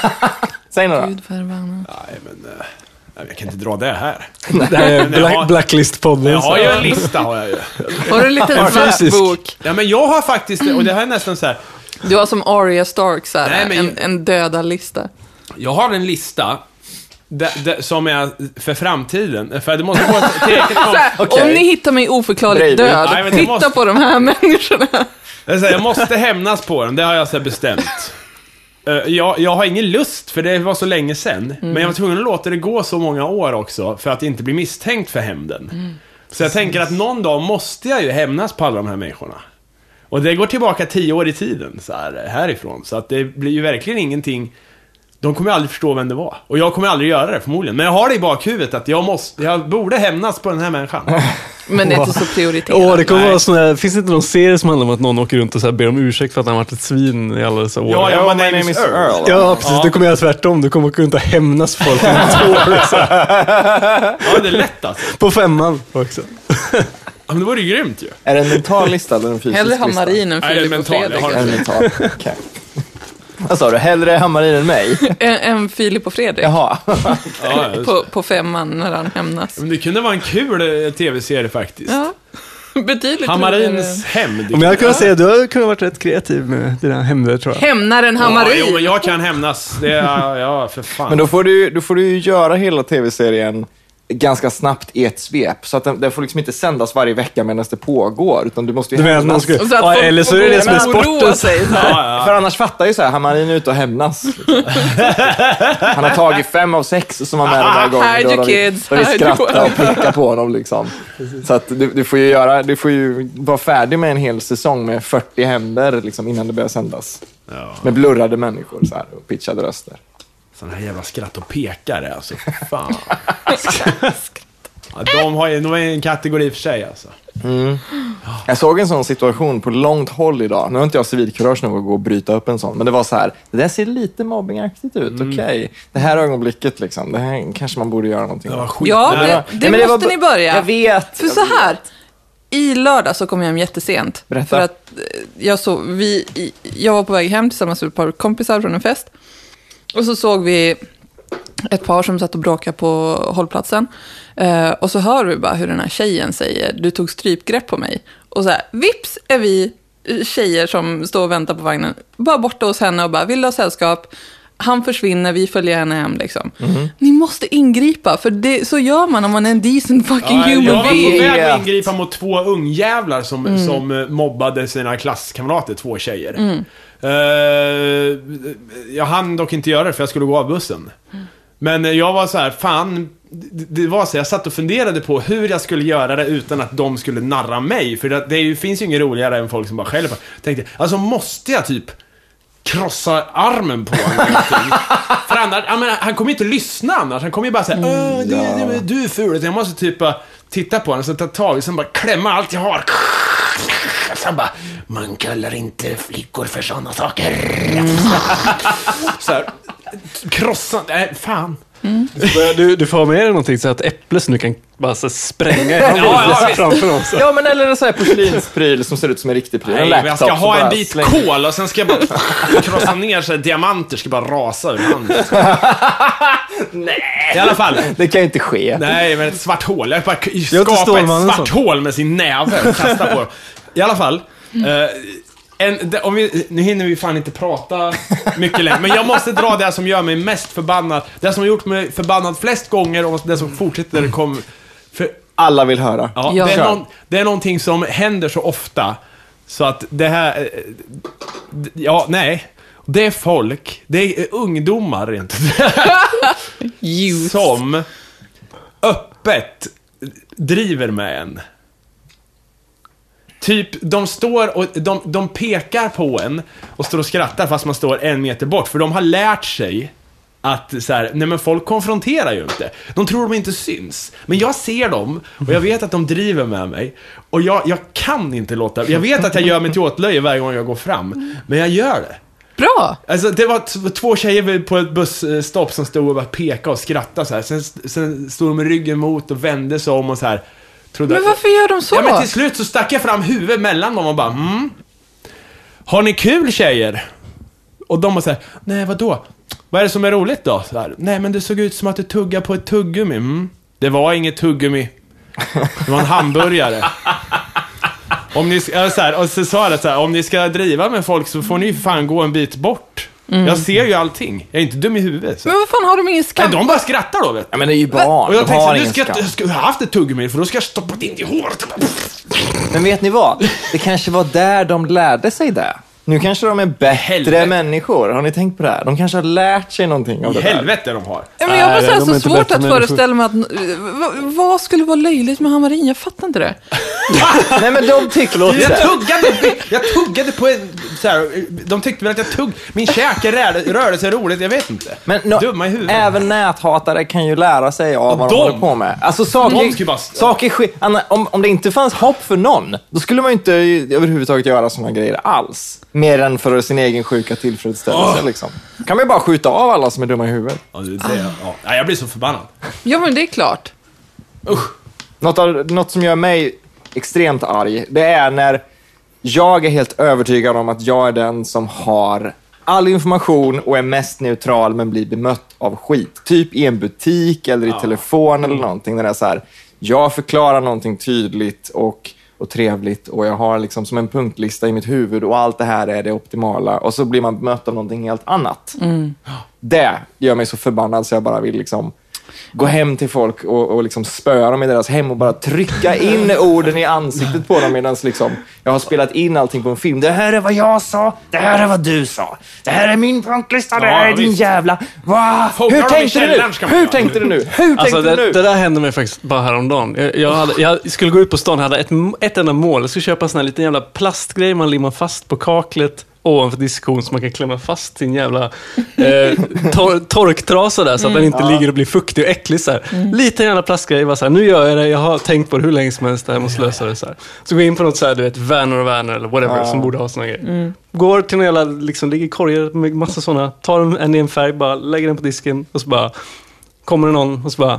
Speaker 1: Säg några.
Speaker 3: Gud förbannad.
Speaker 2: Nej, men... Eh, nej, jag kan inte dra det här.
Speaker 4: Det här är
Speaker 2: Men jag har-
Speaker 4: Black, Blacklist-podden.
Speaker 2: Jag har
Speaker 4: så.
Speaker 2: ju en lista, har jag ju.
Speaker 3: Har du en liten
Speaker 4: Ja,
Speaker 3: svart
Speaker 4: fysisk.
Speaker 3: bok?
Speaker 2: Ja, men jag har faktiskt, och det här är nästan så här.
Speaker 3: Du har som Arya Stark så här,
Speaker 2: Nej, men-
Speaker 3: en, en döda lista.
Speaker 2: Jag har en lista där, där, som är för framtiden. För det måste gå tillräckligt
Speaker 3: Så här,
Speaker 1: Okej.
Speaker 3: Om ni hittar mig oförklarligt
Speaker 1: Breivik.
Speaker 3: död,
Speaker 2: Nej, men det
Speaker 3: titta
Speaker 2: måste-
Speaker 3: på de här människorna.
Speaker 2: Jag, säger, jag måste hämnas på dem, det har jag så här bestämt. Eh, jag, jag har ingen lust, för det var så länge sedan. Men jag var tvungen att låta det gå så många år också för att inte bli misstänkt för hämnden. Så jag tänker att någon dag måste jag ju hämnas på alla de här människorna. Och det går tillbaka tio år i tiden så här, härifrån. Så att det blir ju verkligen ingenting. De kommer aldrig förstå vem det var. Och jag kommer aldrig göra det förmodligen. Men jag har det i bakhuvudet att jag måste, jag borde hämnas på den här människan.
Speaker 3: Men det är inte så prioriterat.
Speaker 4: Åh, det kommer
Speaker 2: Nej.
Speaker 4: vara sån här, finns det inte någon serie som handlar om att någon åker runt och så här ber om ursäkt för att han har varit ett svin i alla dessa år?
Speaker 2: Ja, ja,
Speaker 1: Ja,
Speaker 2: my
Speaker 1: my name is Earl.
Speaker 4: Ja, precis.
Speaker 2: Ja.
Speaker 4: Du kommer göra tvärtom. Du kommer kunna hämnas på folk i två år, så här.
Speaker 2: Ja, det är lätt alltså.
Speaker 4: På femman också.
Speaker 2: Ja, men det var ju grymt ju.
Speaker 1: Är det en mental lista eller en fysisk
Speaker 3: Hellre
Speaker 1: lista?
Speaker 3: Hammarin än
Speaker 2: Nej, det är
Speaker 3: Filip och
Speaker 2: mental, jag
Speaker 3: Fredrik.
Speaker 2: har
Speaker 1: En mental, okej. Vad sa du? Hellre Hammarin än mig?
Speaker 3: Än än Filip och Fredrik.
Speaker 1: Jaha.
Speaker 2: Ja, just.
Speaker 3: På, på femman när han hämnas.
Speaker 2: Men det kunde vara en kul eh, tv-serie faktiskt.
Speaker 3: Ja, betydligt
Speaker 2: Hammarins hämnd.
Speaker 4: Om jag hade kunnat säga, du har kunnat varit rätt kreativ med dina hämnder, tror jag.
Speaker 3: Hämnaren
Speaker 2: Ja,
Speaker 3: Hammarin.
Speaker 2: jo, men jag kan hämnas. Det är, ja, för fan.
Speaker 1: Men då får, du, då får du ju göra hela tv-serien ganska snabbt i ett svep. Så att den, den får liksom inte sändas varje vecka medan det pågår. Utan du måste ju
Speaker 4: Du menar att
Speaker 1: hämnas.
Speaker 4: någon ska...
Speaker 3: Och så att
Speaker 4: Ja,
Speaker 3: folk
Speaker 4: eller så
Speaker 3: får
Speaker 4: är det
Speaker 3: gå
Speaker 4: det som är
Speaker 3: och oroa
Speaker 4: sporten.
Speaker 3: sig.
Speaker 2: Ja,
Speaker 1: För
Speaker 2: ja.
Speaker 1: annars fattar ju så här, Hammarin är ute och hämnas. Han har tagit fem av sex som var med den här gången.
Speaker 3: Hide
Speaker 1: Då
Speaker 3: your
Speaker 1: har vi-
Speaker 3: kids,
Speaker 1: då har vi
Speaker 3: hide your-
Speaker 1: skrattat och peka på honom liksom. Så att du, du får ju göra, du får ju vara färdig med en hel säsong med fyrtio händer liksom, innan det börjar sändas.
Speaker 2: Ja.
Speaker 1: Med blurrade människor så här, och pitchade röster.
Speaker 2: Sådana här jävla skratt och pekare, alltså. Fan. Ja, de har ju de är en kategori för sig, alltså.
Speaker 1: Jag såg en sån situation på långt håll idag. Nu har inte jag civilkurage nog att gå och bryta upp en sån. Men det var så här, det där ser lite mobbingaktigt ut. Okej, det här ögonblicket liksom. Det här kanske man borde göra någonting
Speaker 2: Det var
Speaker 1: av.
Speaker 2: skit.
Speaker 3: Ja,
Speaker 2: Nej,
Speaker 3: det,
Speaker 1: Nej,
Speaker 3: det
Speaker 1: men det
Speaker 3: måste
Speaker 1: var-
Speaker 3: ni börja.
Speaker 1: Jag vet.
Speaker 3: För så här, i lördag så kom jag hem jättesent.
Speaker 1: Berätta.
Speaker 3: För att eh, jag, så, vi, i- jag var på väg hem tillsammans med ett par kompisar från en fest. Och så såg vi ett par som satt och bråkade på hållplatsen. Eh, och så hör vi bara hur den här tjejen säger, du tog strypgrepp på mig. Och så här, vips är vi tjejer som står och väntar på vagnen. Bara borta hos henne och bara, vill du ha sällskap? Han försvinner, vi följer henne hem liksom. Ni måste ingripa, för det, så gör man om man är en decent fucking
Speaker 2: Ja, jag
Speaker 3: human
Speaker 2: var på
Speaker 3: being.
Speaker 2: väg att
Speaker 1: vet.
Speaker 2: ingripa mot två ungjävlar som, som eh, mobbade sina klasskamrater, två tjejer. Eh, jag hann dock inte göra det för jag skulle gå av bussen. Men eh, jag var så här, fan, det, det var så jag satt och funderade på hur jag skulle göra det utan att de skulle narra mig. För det, det är ju- finns ju inget roligare än folk som bara skäller på. Tänkte, alltså måste jag typ krossa armen på honom eller någonting? För annars, jag menar, han kommer ju inte lyssna annars. Han kommer ju bara säga, Åh, du, du, du är ful. Jag måste typ bara titta på honom, så ta tag i, sen bara klämma allt jag har. Sen bara, man kallar inte flickor för sådana saker. Så här, krossa, nej, fan.
Speaker 3: Mm.
Speaker 4: Du, du får ha med dig någonting så att äpple som du kan bara så spränga i handen ja, ja, framför oss.
Speaker 1: Ja, men eller en sån här porslinspryl som ser ut som en riktig pryl.
Speaker 2: Nej,
Speaker 1: en
Speaker 2: jag ska ha en bit
Speaker 1: släng.
Speaker 2: kol och sen ska jag bara krossa ner så här, diamanter ska bara rasa ur handen. Nej. I alla fall.
Speaker 1: Det kan ju inte ske.
Speaker 2: Nej, men ett svart hål. Jag bara
Speaker 4: Jag
Speaker 2: skapa ett svart hål med sin näve och kasta på. I alla fall. Uh, En, det, om vi, nu hinner vi fan inte prata mycket längre. Men jag måste dra det som gör mig mest förbannad. Det som har gjort mig förbannad flest gånger och det som fortsätter kom, för,
Speaker 1: alla vill höra.
Speaker 2: ja,
Speaker 3: Ja.
Speaker 2: det, är någon, det är någonting som händer så ofta. Så att det här... Ja, nej. Det är folk. Det är ungdomar rent. Som öppet driver med en. Typ, de står och de, de pekar på en och står och skrattar fast man står en meter bort. För de har lärt sig att så här, nej men folk konfronterar ju inte. De tror de inte syns. Men jag ser dem och jag vet att de driver med mig. Och jag, jag kan inte låta... Jag vet att jag gör mig till åtlöje varje gång jag går fram. Men jag gör det.
Speaker 3: Bra!
Speaker 2: Alltså det var t- två tjejer på ett busstopp som stod och bara pekade och skrattade så här. Sen, sen stod de med ryggen mot och vände sig om och så här.
Speaker 3: Men varför gör de så?
Speaker 2: Ja, men till slut så stack jag fram huvudet mellan dem och bara mm. Har ni kul, tjejer? Och de var så här, nej vadå? Vad är det som är roligt då? Så här, nej men det såg ut som att du tuggar på ett tuggummi. Mm. Det var inget tuggummi. Det var en hamburgare. Om ni, så här, och så sa jag så här, om ni ska driva med folk så får ni fan gå en bit bort. Mm. Jag ser ju allting. Jag är inte dum i huvudet. Så.
Speaker 3: Men vad fan har de ingen skam?
Speaker 2: Nej, de bara skrattar då, vet du.
Speaker 1: Ja, men det är ju barn.
Speaker 2: Och jag
Speaker 1: de
Speaker 2: tänkte,
Speaker 1: har
Speaker 2: nu
Speaker 1: ingen
Speaker 2: ska jag,
Speaker 1: skam.
Speaker 2: ska jag ha haft ett tuggummi för då ska jag stoppa in i håret.
Speaker 1: Men vet ni vad? Det kanske var där de lärde sig det. Nu kanske de är bättre
Speaker 2: Helvete.
Speaker 1: människor. Har ni tänkt på det här? De kanske har lärt sig någonting av
Speaker 2: I
Speaker 1: det där.
Speaker 2: helvete de har.
Speaker 3: Ja, men jag har bara
Speaker 4: Nej,
Speaker 3: så, här
Speaker 4: de är
Speaker 3: så
Speaker 4: inte
Speaker 3: svårt
Speaker 4: bättre
Speaker 3: att
Speaker 4: människor.
Speaker 3: föreställa mig att... Vad, vad skulle vara löjligt med Hamarin? Jag fattar inte det.
Speaker 1: Nej, men de tyckte
Speaker 2: Jag
Speaker 1: det.
Speaker 2: tuggade, jag tuggade på en, så här, de tyckte väl att jag tugg. Min käke rörde, rörde sig roligt, jag vet inte.
Speaker 1: Men no,
Speaker 2: Dumma i huvudet.
Speaker 1: även näthatare kan ju lära sig av vad de,
Speaker 2: de?
Speaker 1: håller på med. Alltså
Speaker 2: De ska ju
Speaker 1: saker,
Speaker 2: bara-
Speaker 1: saker ske- Anna, om, om det inte fanns hopp för någon, då skulle man ju inte överhuvudtaget göra såna grejer alls. Mer än för sin egen sjuka tillfredsställelse.
Speaker 2: Oh.
Speaker 1: Liksom. Kan man ju bara skjuta av alla som är dumma i huvudet.
Speaker 2: Ja, det, det, ja. Nej, jag blir så förbannad.
Speaker 3: Ja, men det är klart.
Speaker 2: Usch.
Speaker 1: Något, av, något som gör mig extremt arg, det är när jag är helt övertygad om att jag är den som har all information och är mest neutral men blir bemött av skit. Typ i en butik eller i
Speaker 2: Ja.
Speaker 1: telefon eller någonting. Där det är så här, jag förklarar någonting tydligt och, och trevligt och jag har liksom som en punktlista i mitt huvud och allt det här är det optimala. Och så blir man bemött av någonting helt annat.
Speaker 3: Mm.
Speaker 1: Det gör mig så förbannad så jag bara vill liksom gå hem till folk och, och liksom spöa dem i deras hem och bara trycka in orden i ansiktet på dem medan liksom jag har spelat in allting på en film. Det här är vad jag sa, det här är vad du sa. Det här är min punktlista, det
Speaker 2: Ja,
Speaker 1: här är din
Speaker 2: visst.
Speaker 1: jävla... Va?
Speaker 2: Fångar
Speaker 1: Hur
Speaker 2: dem i
Speaker 1: tänkte du nu?
Speaker 2: källaren ska man
Speaker 1: Hur
Speaker 2: göra.
Speaker 1: tänkte du nu? Hur
Speaker 4: Alltså
Speaker 1: tänkte
Speaker 4: det,
Speaker 1: du nu?
Speaker 4: det där hände mig faktiskt bara häromdagen. Jag, jag, hade, jag skulle gå ut på stan och hade ett, ett enda mål. Jag skulle köpa en sån här liten jävla plastgrej man limmar fast på kaklet ovanför diskon så man kan klämma fast sin jävla eh, tor- torktrasa där så att den inte
Speaker 1: Ja.
Speaker 4: ligger och blir fuktig och äcklig så här. Liten jävla plastgrej, bara så här, nu gör jag det, jag har tänkt på det hur länge som helst, jag måste lösa det så här. Så går jag in på något så här, du vet, Vänner och Vänner eller whatever
Speaker 1: Ja.
Speaker 4: som borde ha såna grejer. Går till en jävla, liksom ligger korgar med massa såna, tar en, en i en färg, bara lägger den på disken och så bara kommer det någon och så bara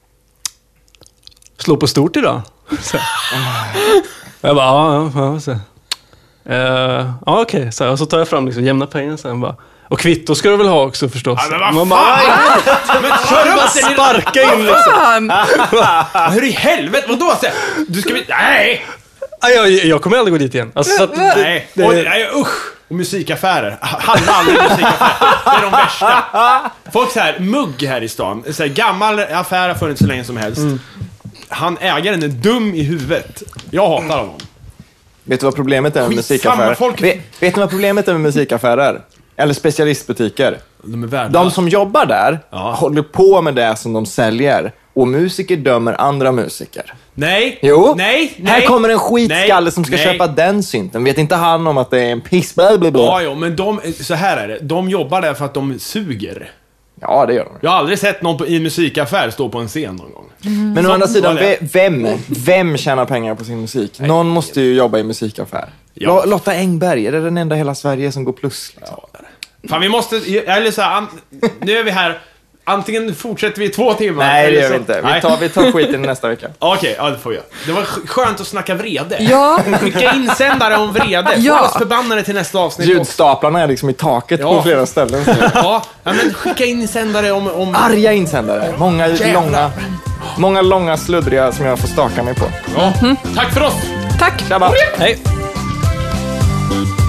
Speaker 4: slå på stort idag. Så. Jag bara, ja, ja, ja. Så. Uh, ja, okej. Okay. Så, och så tar jag fram liksom jämna pengar sen bara. Och kvitto ska du väl ha också förstås.
Speaker 2: Ja, men vad
Speaker 4: Man
Speaker 2: fan!
Speaker 4: bara,
Speaker 2: Men kör upp den i
Speaker 4: sparka in liksom.
Speaker 3: Fan!
Speaker 2: Hur i helvete? Vadå? Så här, Du ska vi... Nej!
Speaker 4: Ah, jag, jag kommer aldrig gå dit igen. Alltså, så att, det,
Speaker 2: Nej.
Speaker 4: det,
Speaker 2: Och, nej, usch! Och musikaffärer. Handla aldrig i musikaffärer. Det är de värsta. Folk så här, mugg här i stan. Så här, gammal affär har funnits så länge som helst. Han ägaren är dum i huvudet. Jag hatar honom.
Speaker 1: Vet du vad problemet är med
Speaker 2: Skitsamma,
Speaker 1: musikaffärer?
Speaker 2: folk-
Speaker 1: Vet, vet ni vad problemet är med musikaffärer? Eller specialistbutiker?
Speaker 2: De är värda.
Speaker 1: De som jobbar där
Speaker 2: Ja.
Speaker 1: håller på med det som de säljer. Och musiker dömer andra musiker.
Speaker 2: Nej.
Speaker 1: Jo,
Speaker 2: Nej. Nej.
Speaker 1: här kommer en skitskalle
Speaker 2: Nej.
Speaker 1: som ska
Speaker 2: Nej.
Speaker 1: köpa den synten. Vet inte han om att det är en piss? Bla, bla, bla.
Speaker 2: Ja, jo, men de, så här är det. De jobbar där för att de suger.
Speaker 1: Ja, det gör de.
Speaker 2: Jag har aldrig sett någon på, i en musikaffär stå på en scen någon gång.
Speaker 1: Men å andra sidan,
Speaker 2: var det.
Speaker 1: ve- vem, vem tjänar pengar på sin musik? Någon måste ju jobba i musikaffär.
Speaker 2: Ja.
Speaker 1: Lo- Lotta Engberg, är det den enda i hela Sverige som går plus? Liksom?
Speaker 2: Fan, vi måste... Eller så här, an, nu är vi här... Antingen fortsätter vi i två timmar.
Speaker 1: Nej, det
Speaker 2: eller
Speaker 1: gör
Speaker 2: så-
Speaker 1: vi inte.
Speaker 2: Nej.
Speaker 1: Vi tar, vi tar skiten nästa vecka.
Speaker 2: Okej, ja det får jag. Det var sk- skönt att snacka vrede.
Speaker 3: Ja.
Speaker 2: Skicka insändare om vrede.
Speaker 3: Ja.
Speaker 2: Få oss förbannade till nästa avsnitt. också.
Speaker 1: Ljudstaplarna är liksom i taket
Speaker 2: Ja.
Speaker 1: på flera ställen.
Speaker 2: Ja, ja, men skicka insändare om... om...
Speaker 1: Arga insändare. Många långa, många långa sluddriga som jag får staka mig på.
Speaker 2: Ja. Tack för oss!
Speaker 3: Tack.
Speaker 1: Tjabba!
Speaker 4: Hej!